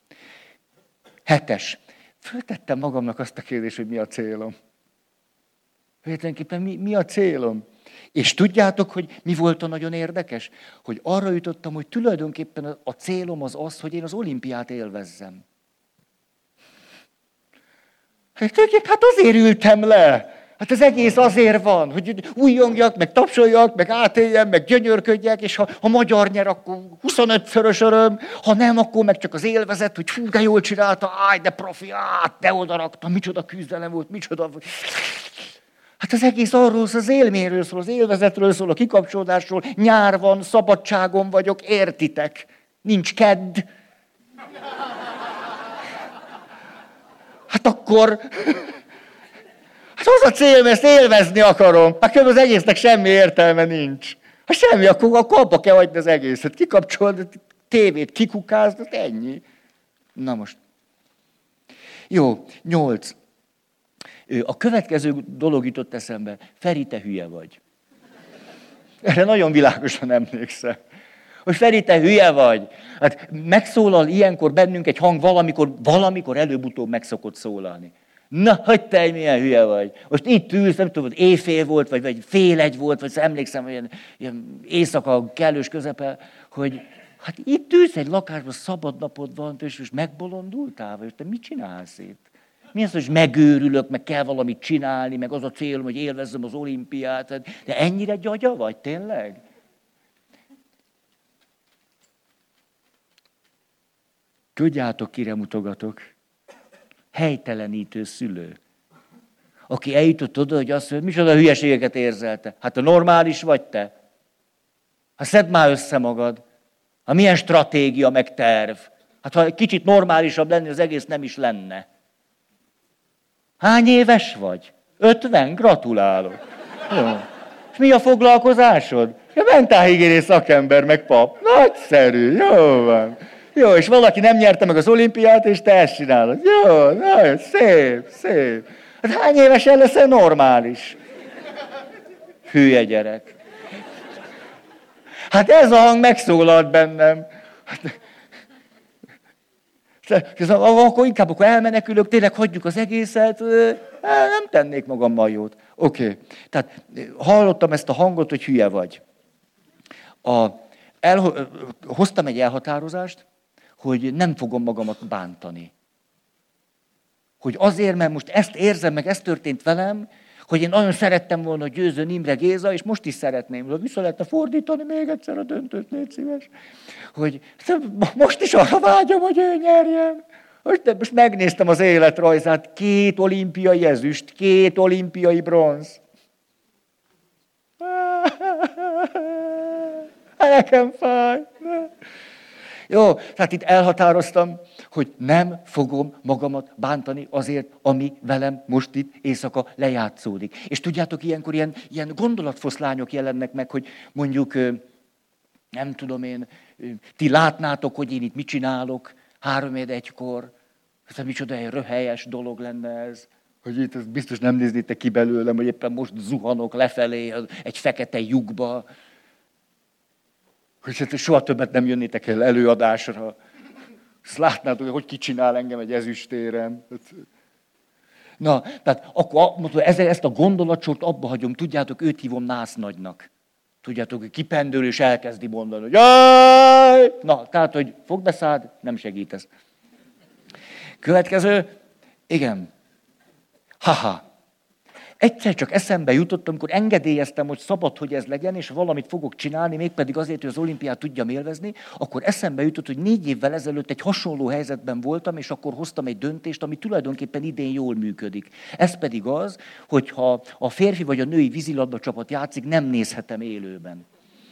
7. Föltettem magamnak azt a kérdést, hogy mi a célom. Tulajdonképpen mi a célom? És tudjátok, hogy mi volt a nagyon érdekes? Hogy arra jutottam, hogy tulajdonképpen a célom az, hogy én az olimpiát élvezzem. Hát azért ültem le. Hát az egész azért van, hogy újjongjak, meg tapsoljak, meg átéljem, meg gyönyörködjek, és ha magyar nyer, akkor 25-szörös öröm, ha nem, akkor meg csak az élvezet, hogy fú, de jól csinálta, áj, de profi, de oda rakta, micsoda küzdelem volt, micsoda... Hát az egész arról szól, az élményről szól, az élvezetről szól, a kikapcsolódásról, nyár van, szabadságon vagyok, értitek? Nincs kedd. Hát akkor... Hát az a célom, ezt élvezni akarom. Hát az egésznek semmi értelme nincs. Ha semmi, akkor abba kell hagyni az egészet. Kikapcsolod, tévét kikukázd, ennyi. Na most. Jó, 8. A következő dolog jutott eszembe. Feri, te hülye vagy. Erre nagyon világosan emlékszem. Hogy Feri, te hülye vagy. Hát megszólal ilyenkor bennünk egy hang valamikor előbb-utóbb meg szokott szólalni. Na, hogy te milyen hülye vagy. Most itt ülsz, nem tudom, éjfél volt, vagy fél egy volt, vagy emlékszem, hogy ilyen éjszaka kellős közepe, hogy hát itt ülsz egy lakásban, szabad napod van, és most megbolondultál, vagy te mit csinálsz itt? Mi az, hogy megőrülök, meg kell valamit csinálni, meg az a célom, hogy élvezzem az olimpiát. De ennyire gyagya vagy, tényleg? Tudjátok, kire mutogatok? Helytelenítő szülő. Aki eljutott oda, hogy azt mondja, micsoda hülyeségeket érzelte. Hát a normális vagy te? Hát szedd már össze magad. Hát milyen stratégia, meg terv. Hát ha egy kicsit normálisabb lenni, az egész nem is lenne. Hány éves vagy? 50? Gratulálok. Jó. És mi a foglalkozásod? Ja, mentálhigiénész szakember, meg pap. Nagyszerű, jó van. Jó, és valaki nem nyerte meg az olimpiát, és te ezt csinálod. Jó, nagyon szép, szép. Hát hány évesen leszel normális? Hülye gyerek. Hát ez a hang megszólalt bennem. Akkor elmenekülök, tényleg hagyjuk az egészet, nem tennék magammal jót. Oké. Tehát hallottam ezt a hangot, hogy hülye vagy. Hoztam egy elhatározást, hogy nem fogom magamat bántani. Hogy azért, mert most ezt érzem, meg ez történt velem, hogy én nagyon szerettem volna, hogy győzön Imre Géza, és most is szeretném. Vissza lehetne fordítani még egyszer a döntőt, légy szíves. Hogy most is arra vágyom, hogy ő nyerjen. Most megnéztem az életrajzát, 2 olimpiai ezüst, 2 olimpiai bronz. Nekem fáj. Jó, tehát itt elhatároztam, hogy nem fogom magamat bántani azért, ami velem most itt éjszaka lejátszódik. És tudjátok, ilyenkor ilyen gondolatfoszlányok jelennek meg, hogy mondjuk, nem tudom én, ti látnátok, hogy én itt mit csinálok 3-1-kor. Hát micsoda egy röhelyes dolog lenne ez. Hogy itt biztos nem néznétek ki belőlem, hogy éppen most zuhanok lefelé egy fekete lyukba. Hogy soha többet nem jönnétek el előadásra. Azt látnátok, hogy kicsinál engem egy ezüstérem. Na, tehát akkor mondom, ezt a gondolatsort abba hagyom. Tudjátok, őt hívom násznagynak. Tudjátok, hogy kipendül és elkezdi mondani, hogy jaj! Na, tehát, hogy fogd a szád, nem segítesz. Következő, igen. Haha. Egyszer csak eszembe jutottam, amikor engedélyeztem, hogy szabad, hogy ez legyen, és valamit fogok csinálni, mégpedig azért, hogy az olimpiát tudjam élvezni, akkor eszembe jutott, hogy 4 évvel ezelőtt egy hasonló helyzetben voltam, és akkor hoztam egy döntést, ami tulajdonképpen idén jól működik. Ez pedig az, hogyha a férfi vagy a női vízilabda csapat játszik, nem nézhetem élőben.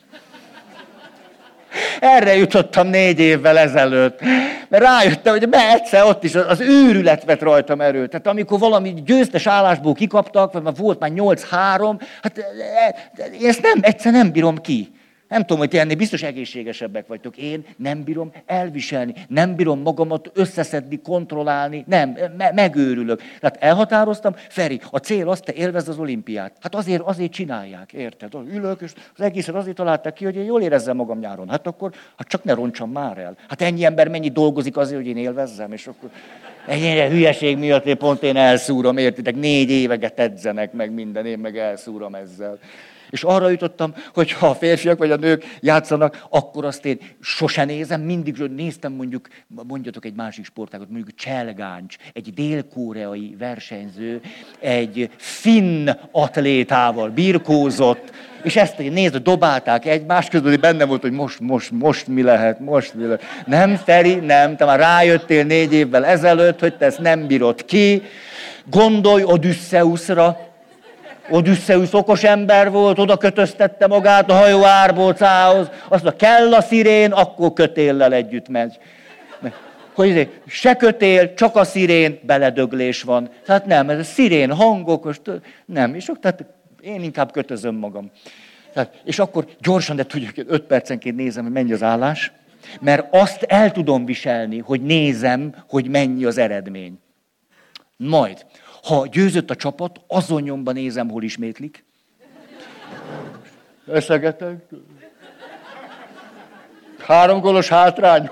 Erre jutottam 4 évvel ezelőtt. Mert rájöttem, hogy egyszer ott is az őrület vett rajtam erőt. Tehát amikor valami győztes állásból kikaptak, vagy volt már 8-3, hát én ezt egyszer nem bírom ki. Nem tudom, hogy ti ennél biztos egészségesebbek vagytok. Én nem bírom elviselni, nem bírom magamat összeszedni, kontrollálni, nem, megőrülök. Tehát elhatároztam, Feri, a cél az, te élvezd az olimpiát. Hát azért csinálják, érted? Ülök, és az egészet azért találták ki, hogy én jól érezzem magam nyáron. Hát akkor, csak ne roncsam már el. Hát ennyi ember mennyit dolgozik azért, hogy én élvezzem, és akkor ennyi hülyeség miatt én elszúrom, értitek? 4 éveget edzenek meg minden, én meg elszúrom ezzel. És arra jutottam, hogy ha a férfiak vagy a nők játszanak, akkor azt én sose nézem, mindig néztem mondjatok egy másik sportágot, mondjuk Cselgáncs, egy dél-koreai versenyző, egy finn atlétával birkózott, és ezt nézd, dobálták egymást, közben benne volt, hogy most mi lehet. Nem, Feri, nem, te már rájöttél 4 évvel ezelőtt, hogy te ezt nem bírod ki. Gondolj Odüsszeuszra. Odüsszeusz okos ember volt, oda kötöztette magát a hajó árbócához, azt mondta, kell a szirén, akkor kötéllel együtt megy. Hogy se kötél, csak a szirén, beledöglés van. Tehát nem, ez a szirén hangok, most nem. És tehát én inkább kötözöm magam. Tehát, és akkor gyorsan, de tudjuk, 5 percenként nézem, hogy mennyi az állás, mert azt el tudom viselni, hogy nézem, hogy mennyi az eredmény. Majd. Ha győzött a csapat, azon nyomban nézem, hol ismétlik. Eszegetek. 3 gólos hátrány.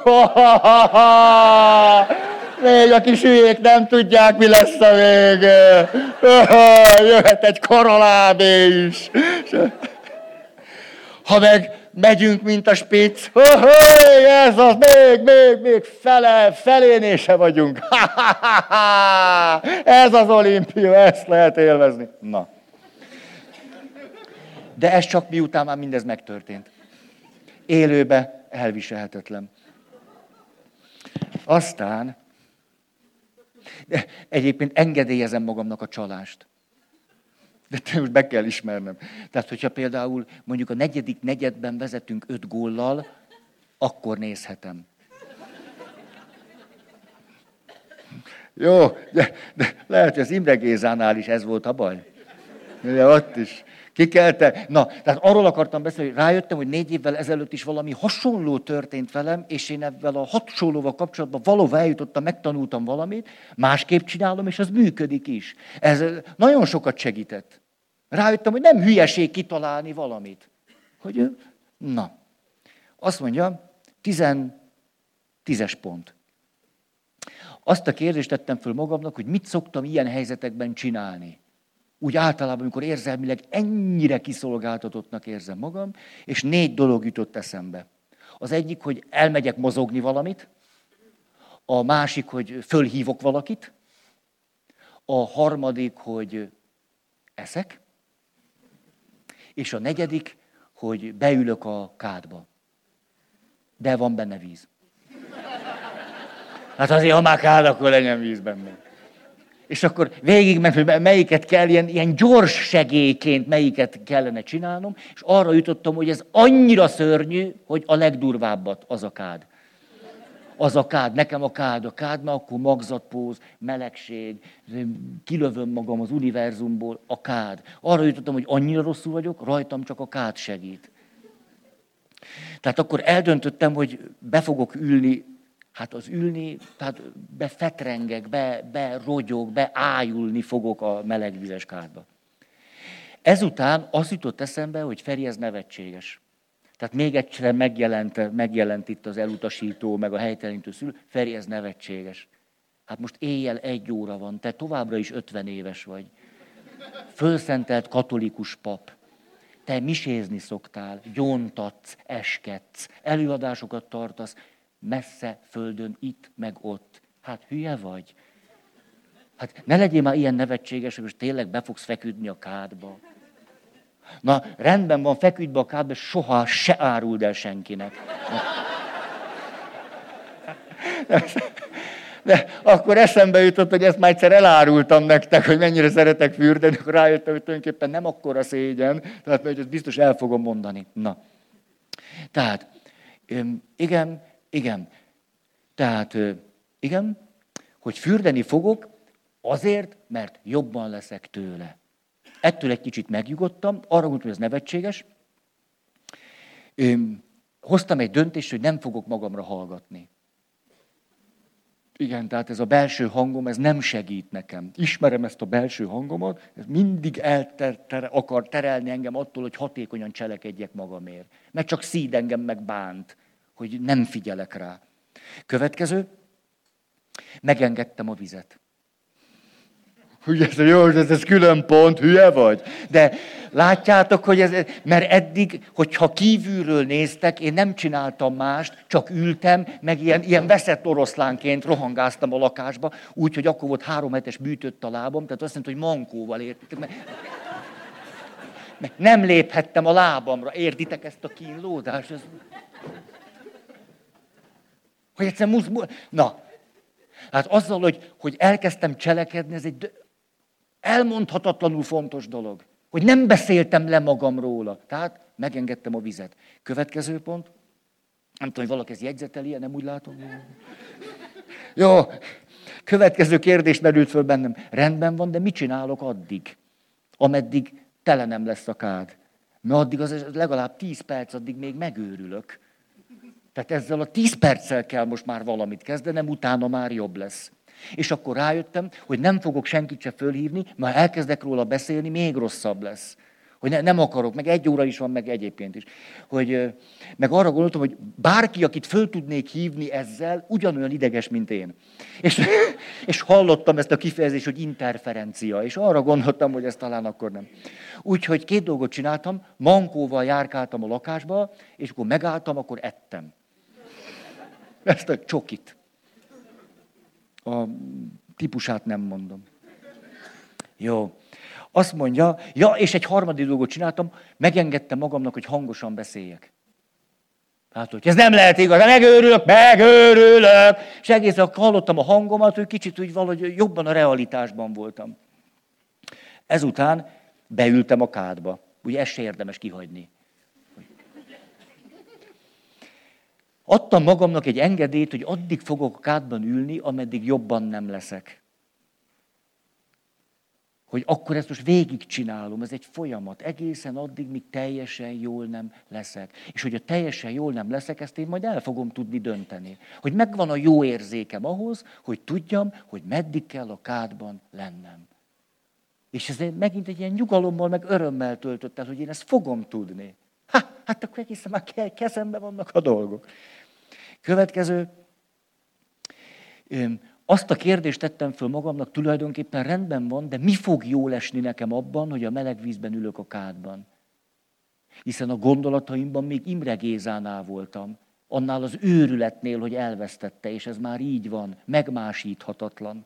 Még a kis hülyék nem tudják, mi lesz a vége. Jöhet egy karalábé is. Ha meg megyünk, mint a spic, ez az, még felénél se vagyunk. Ez az olimpia, ezt lehet élvezni. Na. De ez csak miután már mindez megtörtént. Élőbe elviselhetetlen. Aztán, de egyébként engedélyezem magamnak a csalást. De most be kell ismernem. Tehát, hogyha például mondjuk a 4. negyedben vezetünk 5 góllal, akkor nézhetem. Jó, de lehet, hogy az Imre Gézánál is ez volt a baj. Ugye, ott is. Kikelte. Na, tehát arról akartam beszélni, hogy rájöttem, hogy 4 évvel ezelőtt is valami hasonló történt velem, és én ebben a hasonlóval kapcsolatban valóban eljutottam, megtanultam valamit, másképp csinálom, és az működik is. Ez nagyon sokat segített. Rájöttem, hogy nem hülyeség kitalálni valamit. Hogy, na, azt mondja, 10-es pont. Azt a kérdést tettem föl magamnak, hogy mit szoktam ilyen helyzetekben csinálni. Úgy általában, amikor érzelmileg ennyire kiszolgáltatottnak érzem magam, és 4 dolog jutott eszembe. Az egyik, hogy elmegyek mozogni valamit, a másik, hogy fölhívok valakit, a harmadik, hogy eszek, és a 4, hogy beülök a kádba. De van benne víz. Hát azért, ha már kád, akkor legyen víz benne. És akkor végigment, hogy melyiket kell, ilyen gyors segélyként melyiket kellene csinálnom, és arra jutottam, hogy ez annyira szörnyű, hogy a legdurvábbat az a kád. Az a kád, nekem a kád, mert akkor magzatpóz, melegség, kilövöm magam az univerzumból, a kád. Arra jutottam, hogy annyira rosszul vagyok, rajtam csak a kád segít. Tehát akkor eldöntöttem, hogy be fogok ülni, hát az ülni, tehát befetrengek, berogyog, beájulni fogok a melegvizes kádba. Ezután azt jutott eszembe, hogy Feri, ez nevetséges. Tehát még egyszer megjelent itt az elutasító, meg a helytelenítő szülő. Feri, ez nevetséges. Hát most éjjel 1 óra van, te továbbra is 50 éves vagy. Fölszentelt katolikus pap. Te misézni szoktál, gyóntatsz, eskedsz, előadásokat tartasz, messze földön, itt, meg ott. Hát hülye vagy? Hát ne legyél már ilyen nevetséges, hogy most tényleg be fogsz feküdni a kádba. Na, rendben van, feküdj be a kádba, soha se áruld el senkinek. De akkor eszembe jutott, hogy ezt már egyszer elárultam nektek, hogy mennyire szeretek fürdeni, akkor rájöttem, hogy tulajdonképpen nem akkora szégyen, tehát mert ezt biztos el fogom mondani. Na. Tehát, igen. Tehát, igen, hogy fürdeni fogok azért, mert jobban leszek tőle. Ettől egy kicsit megnyugodtam, arra gondoltam, hogy ez nevetséges. Hoztam egy döntést, hogy nem fogok magamra hallgatni. Igen, tehát ez a belső hangom, ez nem segít nekem. Ismerem ezt a belső hangomat, ez mindig akar terelni engem attól, hogy hatékonyan cselekedjek magamért. Mert csak szíd engem meg bánt, hogy nem figyelek rá. Következő, megengedtem a vizet. Ugye ez külön pont, hülye vagy? De látjátok, hogy mert eddig, hogyha kívülről néztek, én nem csináltam mást, csak ültem, meg ilyen veszett oroszlánként rohangáztam a lakásba, úgyhogy akkor volt 3 hetes bűtött a lábam, tehát azt mondta, hogy mankóval értitek. Mert nem léphettem a lábamra, értitek ezt a kínlódást? Hogy egyszerűen Na, hát azzal, hogy elkezdtem cselekedni, ez egy elmondhatatlanul fontos dolog. Hogy nem beszéltem le magam róla. Tehát megengedtem a vizet. Következő pont. Nem tudom, hogy valaki ezt jegyzeteli, nem úgy látom. Jó. Következő kérdés merült föl bennem. Rendben van, de mit csinálok addig? Ameddig tele nem lesz a kád. Mert addig az legalább 10 perc, addig még megőrülök. Tehát ezzel a 10 perccel kell most már valamit kezdenem, utána már jobb lesz. És akkor rájöttem, hogy nem fogok senkit se fölhívni, mert elkezdek róla beszélni, még rosszabb lesz. Hogy nem akarok, meg 1 óra is van, meg egyébként is. Hogy, meg arra gondoltam, hogy bárki, akit föl tudnék hívni ezzel, ugyanolyan ideges, mint én. És hallottam ezt a kifejezést, hogy interferencia, és arra gondoltam, hogy ez talán akkor nem. Úgyhogy 2 dolgot csináltam, mankóval járkáltam a lakásba, és akkor megálltam, akkor ettem. Ezt a csokit. A típusát nem mondom. Jó. Azt mondja, ja, és egy harmadik dolgot csináltam, megengedtem magamnak, hogy hangosan beszéljek. Hát, hogy ez nem lehet igaz, megőrülök! És egészen hallottam a hangomat, hogy kicsit úgy valahogy jobban a realitásban voltam. Ezután beültem a kádba. Ugye ezt se érdemes kihagyni. Adtam magamnak egy engedélyt, hogy addig fogok a kádban ülni, ameddig jobban nem leszek. Hogy akkor ezt most végigcsinálom, ez egy folyamat, egészen addig, míg teljesen jól nem leszek. És hogy a teljesen jól nem leszek, ezt én majd el fogom tudni dönteni. Hogy megvan a jó érzékem ahhoz, hogy tudjam, hogy meddig kell a kádban lennem. És ez megint egy ilyen nyugalommal, meg örömmel töltött el, hogy én ezt fogom tudni. Hát akkor egészen már kezemben vannak a dolgok. Következő. Azt a kérdést tettem föl magamnak, tulajdonképpen rendben van, de mi fog jól esni nekem abban, hogy a meleg vízben ülök a kádban? Hiszen a gondolataimban még Imre Gézánál voltam, annál az őrületnél, hogy elvesztette, és ez már így van, megmásíthatatlan.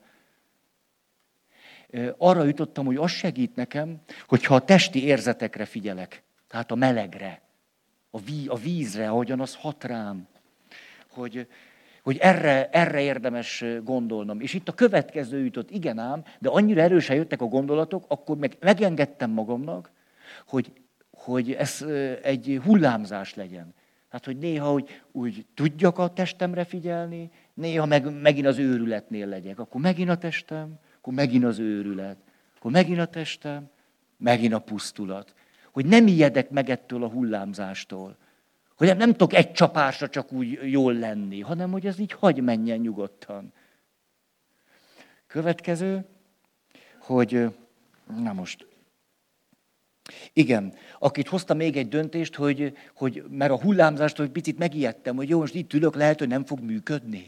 Arra jutottam, hogy az segít nekem, hogyha a testi érzetekre figyelek, tehát a melegre, a vízre, ahogyan az hat rám, hogy erre érdemes gondolnom. És itt a következő jutott, igen ám, de annyira erősen jöttek a gondolatok, akkor megengedtem magamnak, hogy ez egy hullámzás legyen. Tehát, hogy néha úgy tudjak a testemre figyelni, néha megint az őrületnél legyek. Akkor megint a testem, akkor megint az őrület, akkor megint a testem, megint a pusztulat. Hogy nem ijedek meg ettől a hullámzástól. Hogy nem tudok egy csapásra csak úgy jól lenni, hanem hogy ez így hagy menjen nyugodtan. Következő, hogy, na most, igen, akit hoztam még egy döntést, hogy mert a hullámzástól egy picit megijedtem, hogy jó, most itt ülök, lehet, hogy nem fog működni.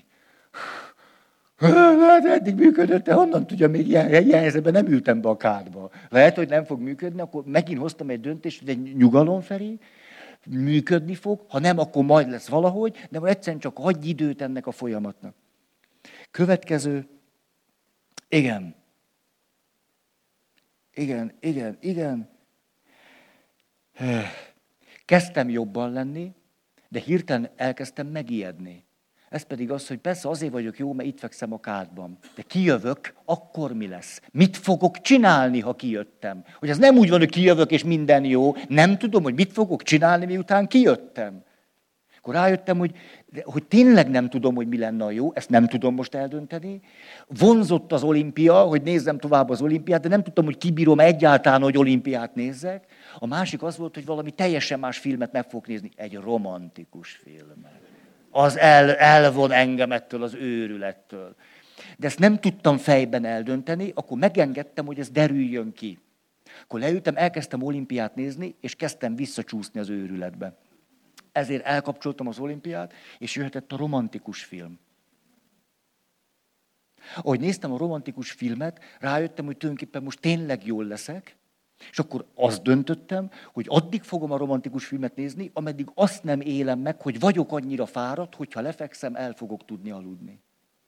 Hát eddig működött, de honnan tudja, még ilyen helyzetben nem ültem be a kádba. Lehet, hogy nem fog működni, akkor megint hoztam egy döntést, hogy egy nyugalom felé, működni fog, ha nem, akkor majd lesz valahogy, de majd egyszerűen csak hagyj időt ennek a folyamatnak. Következő, igen. Kezdtem jobban lenni, de hirtelen elkezdtem megijedni. Ez pedig az, hogy persze azért vagyok jó, mert itt fekszem a kádban. De kijövök, akkor mi lesz? Mit fogok csinálni, ha kijöttem? Hogy ez nem úgy van, hogy kijövök, és minden jó. Nem tudom, hogy mit fogok csinálni, miután kijöttem. Akkor rájöttem, hogy tényleg nem tudom, hogy mi lenne a jó, ezt nem tudom most eldönteni. Vonzott az olimpia, hogy nézzem tovább az olimpiát, de nem tudtam, hogy kibírom egyáltalán, hogy olimpiát nézzek. A másik az volt, hogy valami teljesen más filmet meg fogok nézni. Egy romantikus filmet. Az elvon engem ettől az őrülettől. De ezt nem tudtam fejben eldönteni, akkor megengedtem, hogy ez derüljön ki. Akkor leültem, elkezdtem olimpiát nézni, és kezdtem visszacsúszni az őrületbe. Ezért elkapcsoltam az olimpiát, és jöhetett a romantikus film. Ahogy néztem a romantikus filmet, rájöttem, hogy tulajdonképpen most tényleg jól leszek, és akkor azt döntöttem, hogy addig fogom a romantikus filmet nézni, ameddig azt nem élem meg, hogy vagyok annyira fáradt, hogyha lefekszem, el fogok tudni aludni.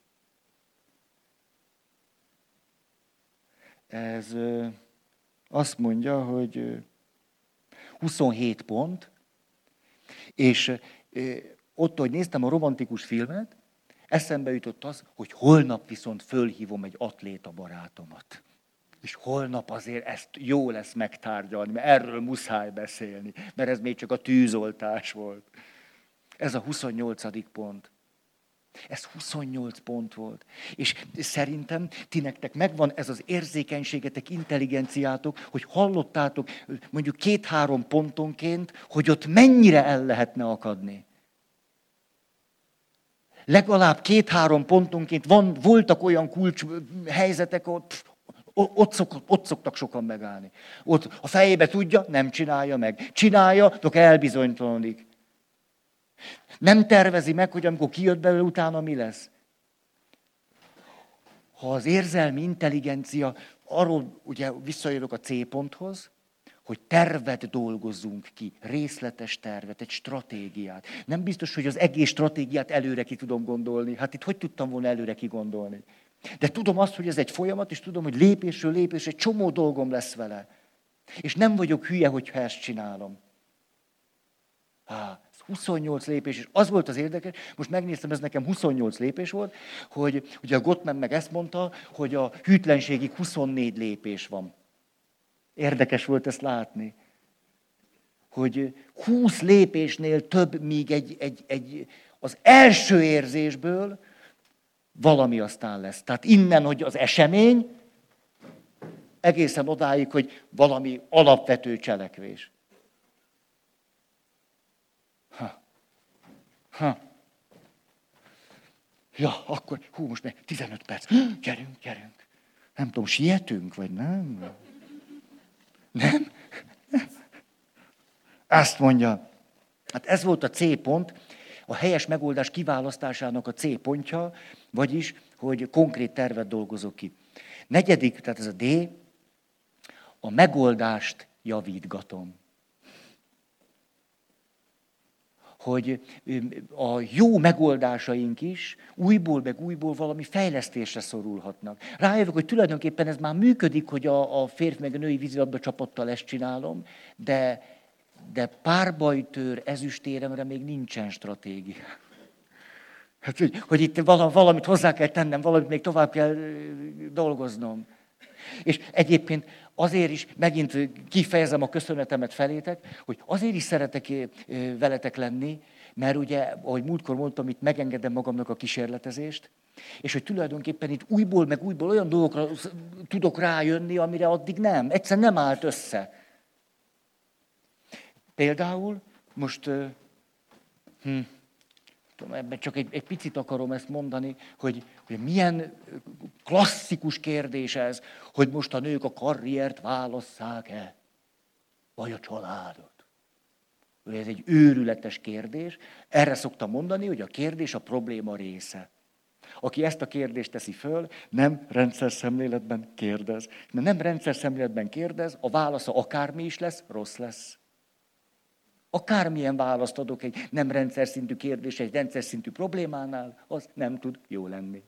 Ez azt mondja, hogy 27 pont, és ott, hogy néztem a romantikus filmet, eszembe jutott az, hogy holnap viszont fölhívom egy atléta barátomat. És holnap azért ezt jó lesz megtárgyalni, mert erről muszáj beszélni, mert ez még csak a tűzoltás volt. Ez a 28. pont. Ez 28 pont volt. És szerintem ti nektek megvan ez az érzékenységetek, intelligenciátok, hogy hallottátok mondjuk 2-3 pontonként, hogy ott mennyire el lehetne akadni. Legalább 2-3 pontonként voltak olyan kulcs helyzetek, Ott szoktak sokan megállni. Ott a fejébe tudja, nem csinálja meg. Csinálja, akkor elbizonytalanodik. Nem tervezi meg, hogy amikor kijött belőle, utána mi lesz. Ha az érzelmi intelligencia, arról ugye visszajövök a C ponthoz, hogy tervet dolgozzunk ki, részletes tervet, egy stratégiát. Nem biztos, hogy az egész stratégiát előre ki tudom gondolni. Hát itt hogy tudtam volna előre kigondolni? De tudom azt, hogy ez egy folyamat, és tudom, hogy lépésről lépésre egy csomó dolgom lesz vele. És nem vagyok hülye, hogyha ezt csinálom. 28 lépés, és az volt az érdekes, most megnéztem, ez nekem 28 lépés volt, hogy ugye a Gottman meg ezt mondta, hogy a hűtlenségig 24 lépés van. Érdekes volt ezt látni, hogy 20 lépésnél több, míg az első érzésből valami aztán lesz. Tehát innen, hogy az esemény, egészen odáig, hogy valami alapvető cselekvés. Ja, akkor, most meg 15 perc. Gyerünk. Nem tudom, sietünk, vagy nem? Nem? Azt mondja. Hát ez volt a C pont, a helyes megoldás kiválasztásának a C pontja, vagyis, hogy konkrét tervet dolgozok ki. Negyedik, tehát ez a D, a megoldást javítgatom. Hogy a jó megoldásaink is újból meg újból valami fejlesztésre szorulhatnak. Rájövök, hogy tulajdonképpen ez már működik, hogy a férfi meg a női vízilabda csapattal ezt csinálom, de párbajtőr ezüstéremre még nincsen stratégia. Hát, hogy itt valamit hozzá kell tennem, valamit még tovább kell dolgoznom. És egyébként azért is, megint kifejezem a köszönetemet felétek, hogy azért is szeretek veletek lenni, mert ugye, ahogy múltkor mondtam, itt megengedem magamnak a kísérletezést, és hogy tulajdonképpen itt újból meg újból olyan dolgokra tudok rájönni, amire addig nem. Egyszerűen nem állt össze. Például most... Ebben csak egy picit akarom ezt mondani, hogy milyen klasszikus kérdés ez, hogy most a nők a karriert válasszák-e, vagy a családot. Ez egy őrületes kérdés. Erre szoktam mondani, hogy a kérdés a probléma része. Aki ezt a kérdést teszi föl, nem rendszer szemléletben kérdez. Mert nem rendszer szemléletben kérdez, a válasza akármi is lesz, rossz lesz. Akármilyen választ adok egy nem rendszer szintű kérdés, egy rendszer szintű problémánál, az nem tud jó lenni.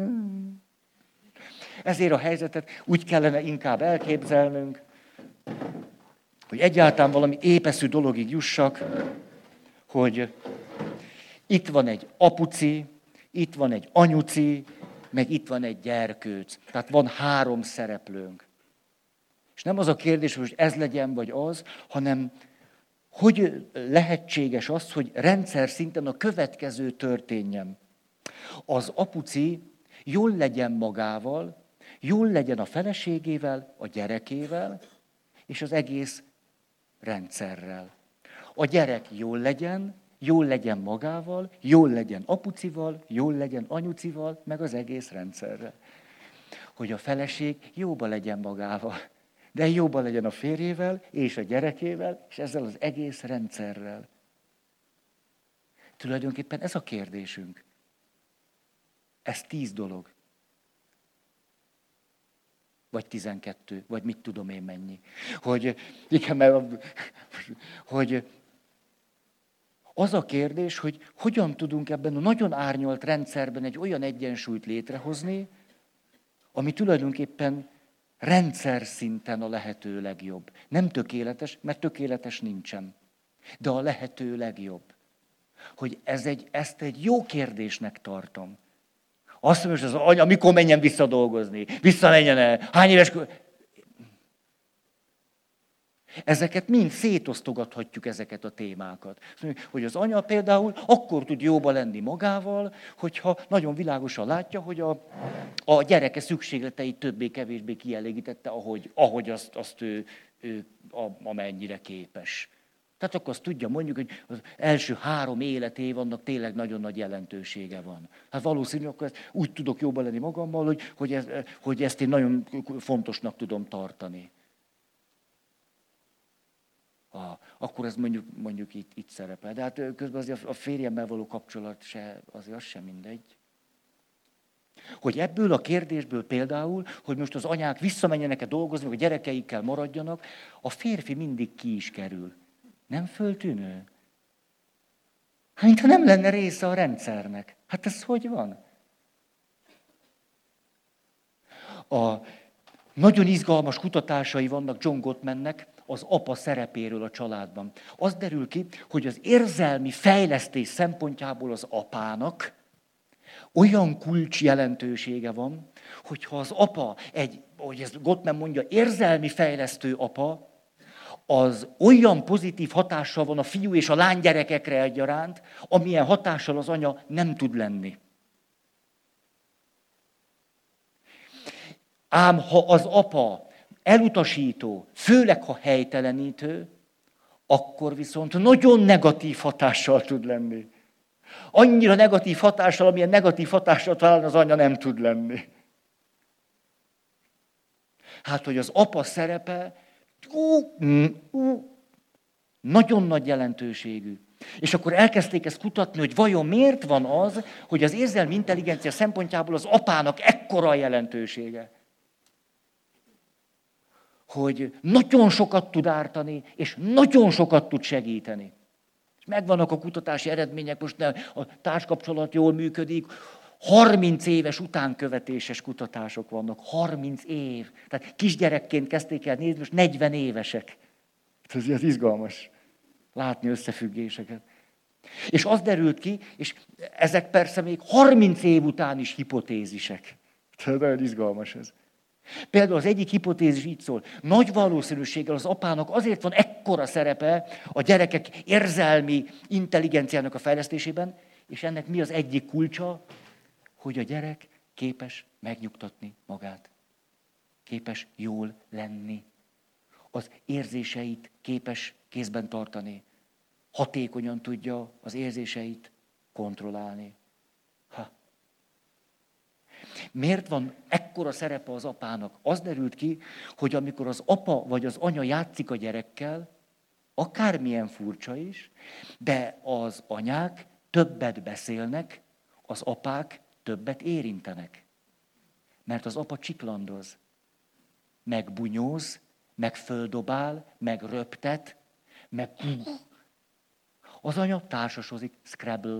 Ezért a helyzetet úgy kellene inkább elképzelnünk, hogy egyáltalán valami épeszű dologig jussak, hogy itt van egy apuci, itt van egy anyuci, meg itt van egy gyerkőc. Tehát van 3 szereplőnk. És nem az a kérdés, hogy ez legyen, vagy az, hanem hogy lehetséges az, hogy rendszer szinten a következő történjen. Az apuci jól legyen magával, jól legyen a feleségével, a gyerekével, és az egész rendszerrel. A gyerek jól legyen magával, jól legyen apucival, jól legyen anyucival, meg az egész rendszerrel. Hogy a feleség jóba legyen magával, de jóban legyen a férjével, és a gyerekével, és ezzel az egész rendszerrel. Tulajdonképpen ez a kérdésünk. Ez 10 dolog. Vagy 12, vagy mit tudom én mennyi. Hogy az a kérdés, hogy hogyan tudunk ebben a nagyon árnyalt rendszerben egy olyan egyensúlyt létrehozni, ami tulajdonképpen rendszer szinten a lehető legjobb. Nem tökéletes, mert tökéletes nincsen. De a lehető legjobb. Hogy ezt egy jó kérdésnek tartom. Azt mondja, hogy az anya, mikor menjen vissza dolgozni? Visszamenjen el? Hány éves? Ezeket mind szétosztogathatjuk, ezeket a témákat. Hogy az anya például akkor tud jóba lenni magával, hogyha nagyon világosan látja, hogy a gyereke szükségleteit többé-kevésbé kielégítette, ahogy azt ő amennyire képes. Tehát akkor azt tudja mondjuk, hogy az első 3 életévannak tényleg nagyon nagy jelentősége van. Hát valószínűleg akkor úgy tudok jobban lenni magammal, hogy ezt én nagyon fontosnak tudom tartani. Akkor ez mondjuk itt szerepel. De hát közben azért a férjemmel való kapcsolat az sem mindegy. Hogy ebből a kérdésből például, hogy most az anyák visszamenjenek-e dolgozni, vagy a gyerekeikkel maradjanak, a férfi mindig ki is kerül. Nem föltűnő? Hát, mintha nem lenne része a rendszernek. Hát ez hogy van? Nagyon izgalmas kutatásai vannak John Gottmannek az apa szerepéről a családban. Az derül ki, hogy az érzelmi fejlesztés szempontjából az apának olyan kulcs jelentősége van, hogyha az apa hogy ezt Gottman mondja, érzelmi fejlesztő apa, az olyan pozitív hatással van a fiú és a lány gyerekekre egyaránt, amilyen hatással az anya nem tud lenni. Ám ha az apa elutasító, főleg ha helytelenítő, akkor viszont nagyon negatív hatással tud lenni. Annyira negatív hatással, amilyen negatív hatással talán az anya nem tud lenni. Hát, hogy az apa szerepe nagyon nagy jelentőségű. És akkor elkezdték ezt kutatni, hogy vajon miért van az, hogy az érzelmi intelligencia szempontjából az apának ekkora a jelentősége. Hogy nagyon sokat tud ártani, és nagyon sokat tud segíteni. Megvannak a kutatási eredmények, most a társkapcsolat jól működik, 30 éves utánkövetéses kutatások vannak, 30 év. Tehát kisgyerekként kezdték el nézni, most 40 évesek. Ez izgalmas látni összefüggéseket. És az derült ki, és ezek persze még 30 év után is hipotézisek. Tehát nagyon izgalmas ez. Például az egyik hipotézis így szól. Nagy valószínűséggel az apának azért van ekkora szerepe a gyerekek érzelmi intelligenciának a fejlesztésében, és ennek mi az egyik kulcsa? Hogy a gyerek képes megnyugtatni magát. Képes jól lenni. Az érzéseit képes kézben tartani. Hatékonyan tudja az érzéseit kontrollálni. Miért van ekkora szerepe az apának? Az derült ki, hogy amikor az apa vagy az anya játszik a gyerekkel, akármilyen furcsa is, de az anyák többet beszélnek, az apák többet érintenek. Mert az apa csiklandoz, meg bunyóz, meg földobál, meg röptet, meg... Az anya társasozik, Scrabble.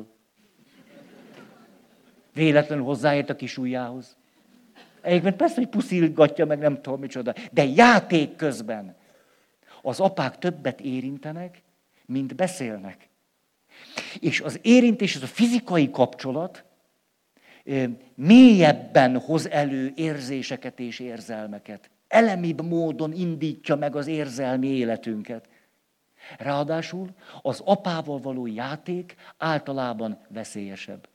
Véletlenül hozzáért a kis ujjához. Egyébként persze, hogy puszilgatja, meg nem tudom micsoda. De játék közben az apák többet érintenek, mint beszélnek. És az érintés, ez a fizikai kapcsolat mélyebben hoz elő érzéseket és érzelmeket. Elemibb módon indítja meg az érzelmi életünket. Ráadásul az apával való játék általában veszélyesebb.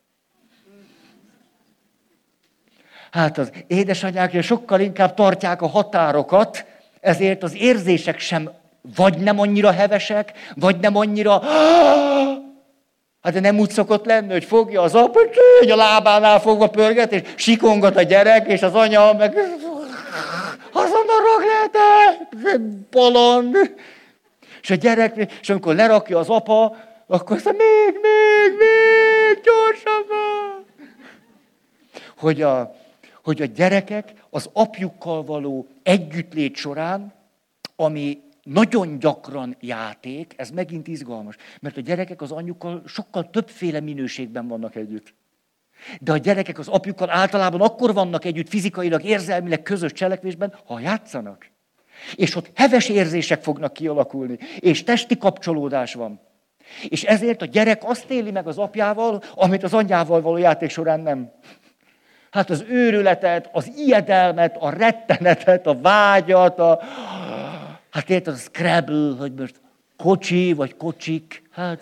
Hát az édesanyák sokkal inkább tartják a határokat, ezért az érzések sem vagy nem annyira hevesek, vagy nem annyira... Hát de nem úgy szokott lenni, hogy fogja az apa, hogy a lábánál fogva pörget, és sikongat a gyerek, és az anya meg... Azonnal rak le, bolond! És a gyerek, és amikor lerakja az apa, akkor azt mondja, még, gyorsabban! Hogy a gyerekek az apjukkal való együttlét során, ami nagyon gyakran játék, ez megint izgalmas, mert a gyerekek az anyjukkal sokkal többféle minőségben vannak együtt. De a gyerekek az apjukkal általában akkor vannak együtt fizikailag, érzelmileg közös cselekvésben, ha játszanak. És ott heves érzések fognak kialakulni, és testi kapcsolódás van. És ezért a gyerek azt éli meg az apjával, amit az anyjával való játék során nem. Hát az őrületet, az ijedelmet, a rettenetet, a vágyat, hát érted, a Scrabble, hogy most kocsi vagy kocsik, hát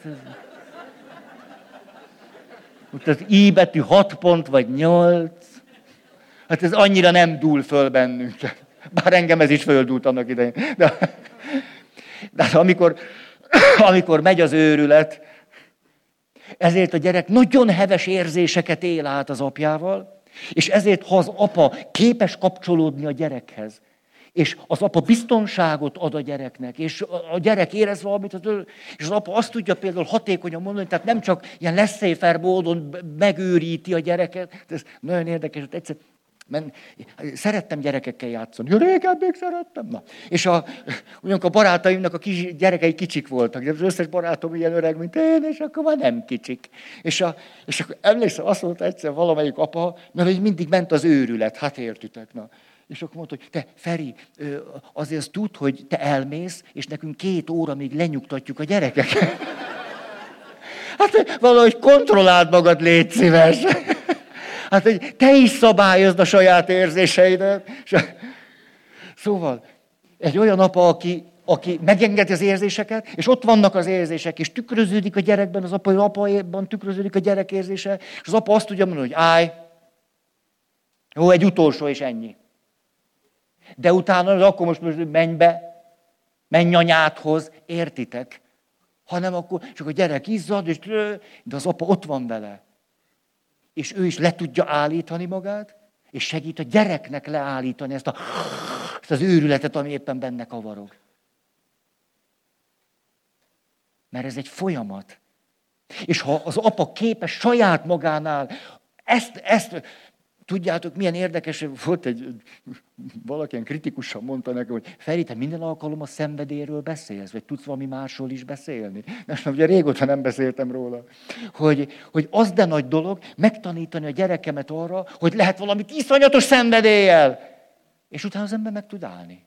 most az I betű 6 pont vagy 8, hát ez annyira nem dúl föl bennünk. Bár engem ez is földúlt annak idején. De amikor amikor megy az őrület, ezért a gyerek nagyon heves érzéseket él át az apjával, és ezért, ha az apa képes kapcsolódni a gyerekhez, és az apa biztonságot ad a gyereknek, és a gyerek érez valamit, és az apa azt tudja például hatékonyan mondani, tehát nem csak ilyen laissez-faire módon megőríti a gyereket. Ez nagyon érdekes, hogy egyszer szerettem gyerekekkel játszani. Régen még szerettem. Na. És ugyanakkor a barátaimnak a kis gyerekei kicsik voltak. Az összes barátom ilyen öreg, mint én, és akkor már nem kicsik. És akkor emlékszem, azt mondta egyszer valamelyik apa, mert hogy mindig ment az őrület, hát értitek. Na. És akkor mondta, hogy te, Feri, azért azt tudd, hogy te elmész, és nekünk 2 óra még lenyugtatjuk a gyerekeket. Hát valahogy kontrolláld magad, légy szíves. Hát, hogy te is szabályozd a saját érzéseidet. Szóval, egy olyan apa, aki megengedi az érzéseket, és ott vannak az érzések, és tükröződik a gyerekben, az apában tükröződik a gyerek érzése, és az apa azt tudja mondani, hogy állj, jó, egy utolsó, és ennyi. De utána, akkor most menj be, menj anyádhoz, értitek? Hanem akkor csak a gyerek izzad, és de az apa ott van vele. És ő is le tudja állítani magát, és segít a gyereknek leállítani ezt az őrületet, ami éppen benne kavarog. Mert ez egy folyamat. És ha az apa képes saját magánál ezt tudjátok, milyen érdekes, volt valaki ilyen kritikusan mondta nekem, hogy Feri, te minden alkalommal szenvedélyről beszélsz, vagy tudsz valami másról is beszélni? Most ugye régóta nem beszéltem róla. Hogy az de nagy dolog megtanítani a gyerekemet arra, hogy lehet valamit iszonyatos szenvedéllyel, és utána az ember meg tud állni.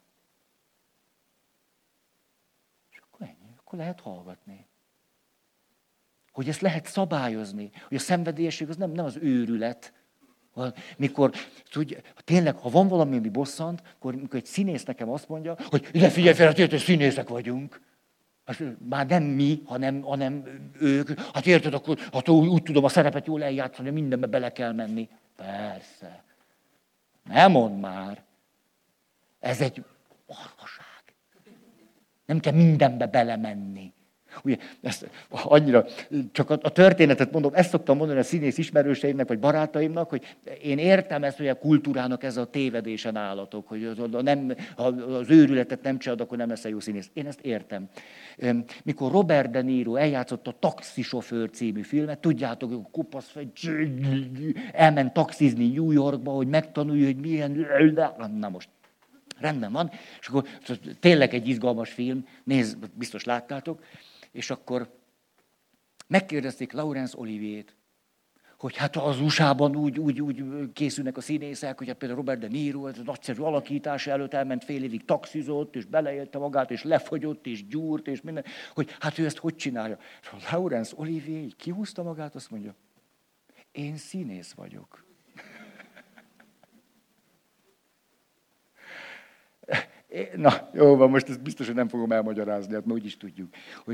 És akkor ennyi, akkor lehet hallgatni. Hogy ezt lehet szabályozni, hogy a szenvedélyesség az nem az őrület. Mikor, tudja, tényleg, ha van valami, ami bosszant, akkor egy színész nekem azt mondja, hogy ide figyelj fel, hát érted, színészek vagyunk. Hát, már nem mi, hanem ők. Hát érted, akkor hát úgy tudom a szerepet jól eljátszani, mindenbe bele kell menni. Persze. Nem mondd már. Ez egy marhaság. Nem kell mindenbe belemenni. Ugye, ezt annyira, csak a történetet mondom, ezt szoktam mondani a színész ismerőseimnek, vagy barátaimnak, hogy én értem ezt, hogy a kultúrának ez a tévedésen állatok, hogy ha az őrületet nem csinálod, akkor nem leszel jó színész. Én ezt értem. Mikor Robert De Niro eljátszott a Taxisofőr című filmet, tudjátok, hogy kopasz elment taxizni New Yorkba, hogy megtanulja, hogy milyen... Na most. Rendben van, és akkor tényleg egy izgalmas film, nézd, biztos láttátok, és akkor megkérdezték Laurence Olivier-t, hogy hát az USA-ban úgy készülnek a színészek, hogy hát például Robert De Niro, ez az nagyszerű alakítása előtt elment fél évig taxizott, és beleélte magát, és lefogyott, és gyúrt, és minden, hogy hát ő ezt hogy csinálja. És Laurence Olivier így kihúzta magát, azt mondja, én színész vagyok. Na, jó van, most ezt biztos, hogy nem fogom elmagyarázni, hát ma úgyis tudjuk.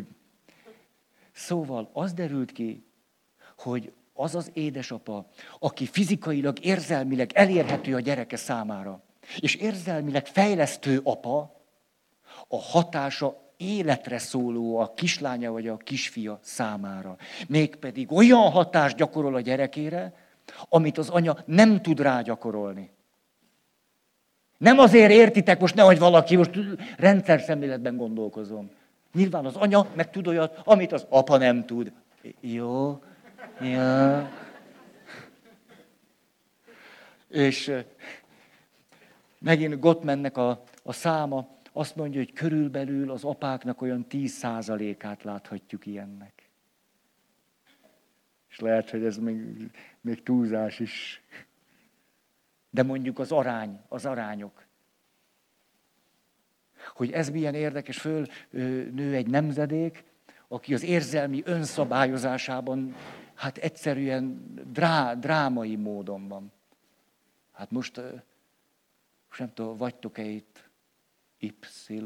Szóval az derült ki, hogy az az édesapa, aki fizikailag, érzelmileg elérhető a gyereke számára, és érzelmileg fejlesztő apa, a hatása életre szóló a kislánya vagy a kisfia számára. Mégpedig olyan hatást gyakorol a gyerekére, amit az anya nem tud rá gyakorolni. Nem azért értitek, most nehogy valaki, most rendszer szemléletben gondolkozom. Nyilván az anya meg tud olyat, amit az apa nem tud. Jó, ja. És megint Gottmannek a száma azt mondja, hogy körülbelül az apáknak olyan 10%-át láthatjuk ilyennek. És lehet, hogy ez még túlzás is. De mondjuk az arányok. Hogy ez milyen érdekes, fölnő egy nemzedék, aki az érzelmi önszabályozásában hát egyszerűen drámai módon van. Hát most nem tudom, vagytok-e itt Y?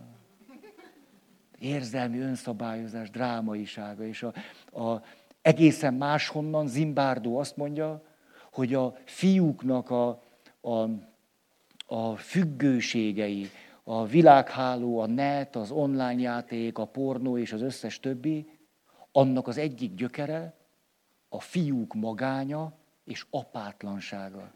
Érzelmi önszabályozás, drámaisága. És egészen máshonnan Zimbardo azt mondja, hogy a fiúknak a függőségei, a világháló, a net, az online játék, a pornó és az összes többi, annak az egyik gyökere a fiúk magánya és apátlansága.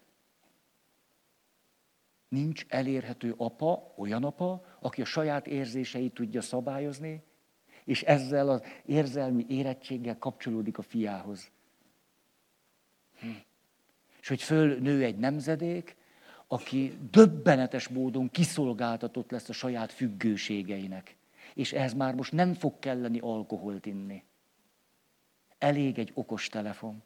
Nincs elérhető apa, olyan apa, aki a saját érzéseit tudja szabályozni, és ezzel az érzelmi érettséggel kapcsolódik a fiához. És hogy fölnő egy nemzedék, aki döbbenetes módon kiszolgáltatott lesz a saját függőségeinek. És ehhez már most nem fog kelleni alkoholt inni. Elég egy okostelefon.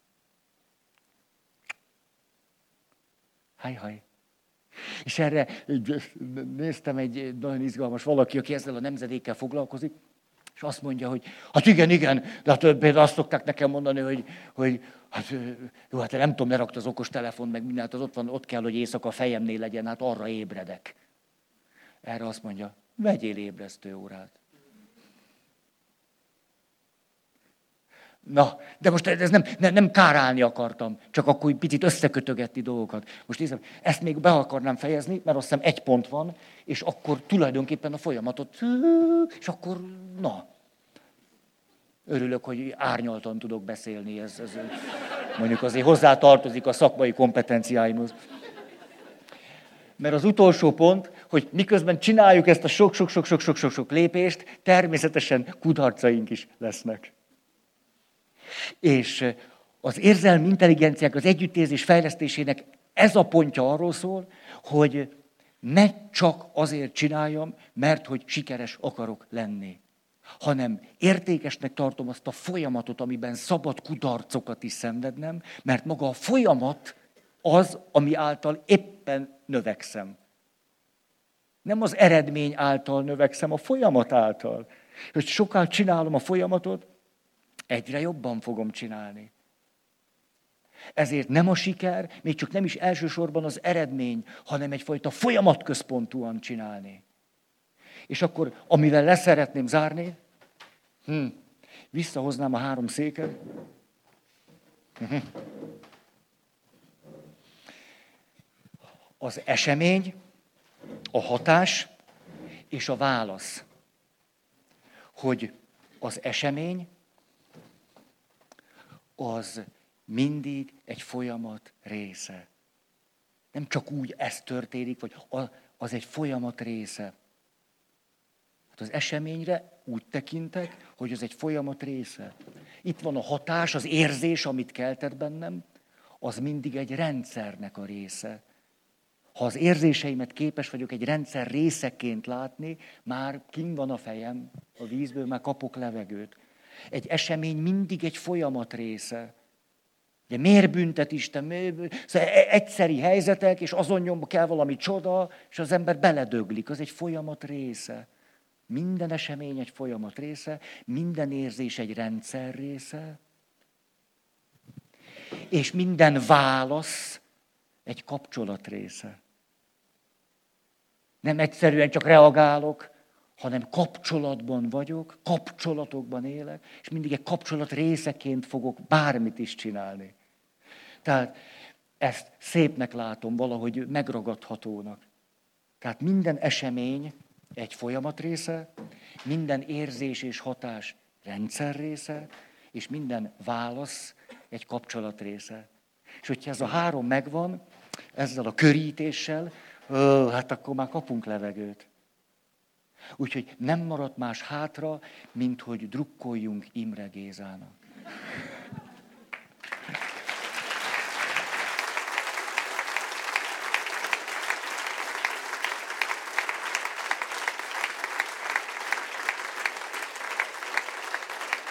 Haj. És erre néztem egy nagyon izgalmas valaki, aki ezzel a nemzedékkel foglalkozik, és azt mondja, hogy hát igen, de hát például azt szokták nekem mondani, hogy hát, jó, hát nem tudom, lerakta az okostelefon, meg mindent, az ott kell, hogy éjszaka a fejemnél legyen, hát arra ébredek. Erre azt mondja, vegyél ébresztő órát. Na, de most ez nem kárálni akartam, csak akkor egy picit összekötögetni dolgokat. Most nézem, ezt még be akarnám fejezni, mert azt hiszem egy pont van, és akkor tulajdonképpen a folyamatot, és akkor, na. Örülök, hogy árnyaltan tudok beszélni, ez mondjuk azért hozzá tartozik a szakmai kompetenciáimhoz. Mert az utolsó pont, hogy miközben csináljuk ezt a sok lépést, természetesen kudarcaink is lesznek. És az érzelmi intelligenciák, az együttérzés fejlesztésének ez a pontja arról szól, hogy ne csak azért csináljam, mert hogy sikeres akarok lenni, hanem értékesnek tartom azt a folyamatot, amiben szabad kudarcokat is szenvednem, mert maga a folyamat az, ami által éppen növekszem. Nem az eredmény által növekszem, a folyamat által. Hogy sokkal csinálom a folyamatot, egyre jobban fogom csinálni. Ezért nem a siker, még csak nem is elsősorban az eredmény, hanem egyfajta folyamatközpontúan csinálni. És akkor, amivel leszeretném zárni, visszahoznám a 3 széket. Az esemény, a hatás és a válasz. Hogy az esemény az mindig egy folyamat része. Nem csak úgy ez történik, vagy az egy folyamat része. Hát az eseményre úgy tekintek, hogy az egy folyamat része. Itt van a hatás, az érzés, amit keltett bennem, az mindig egy rendszernek a része. Ha az érzéseimet képes vagyok egy rendszer részeként látni, már kint van a fejem a vízből, már kapok levegőt. Egy esemény mindig egy folyamat része. Ugye miért büntet Isten? Szóval egyszeri helyzetek, és azon nyomba kell valami csoda, és az ember beledöglik. Az egy folyamat része. Minden esemény egy folyamat része, minden érzés egy rendszer része, és minden válasz egy kapcsolat része. Nem egyszerűen csak reagálok, hanem kapcsolatban vagyok, kapcsolatokban élek, és mindig egy kapcsolat részeként fogok bármit is csinálni. Tehát ezt szépnek látom, valahogy megragadhatónak. Tehát minden esemény egy folyamat része, minden érzés és hatás rendszer része, és minden válasz egy kapcsolat része. És hogyha ez a 3 megvan, ezzel a körítéssel, hát akkor már kapunk levegőt. Úgyhogy nem maradt más hátra, mint hogy drukkoljunk Imre Gézának.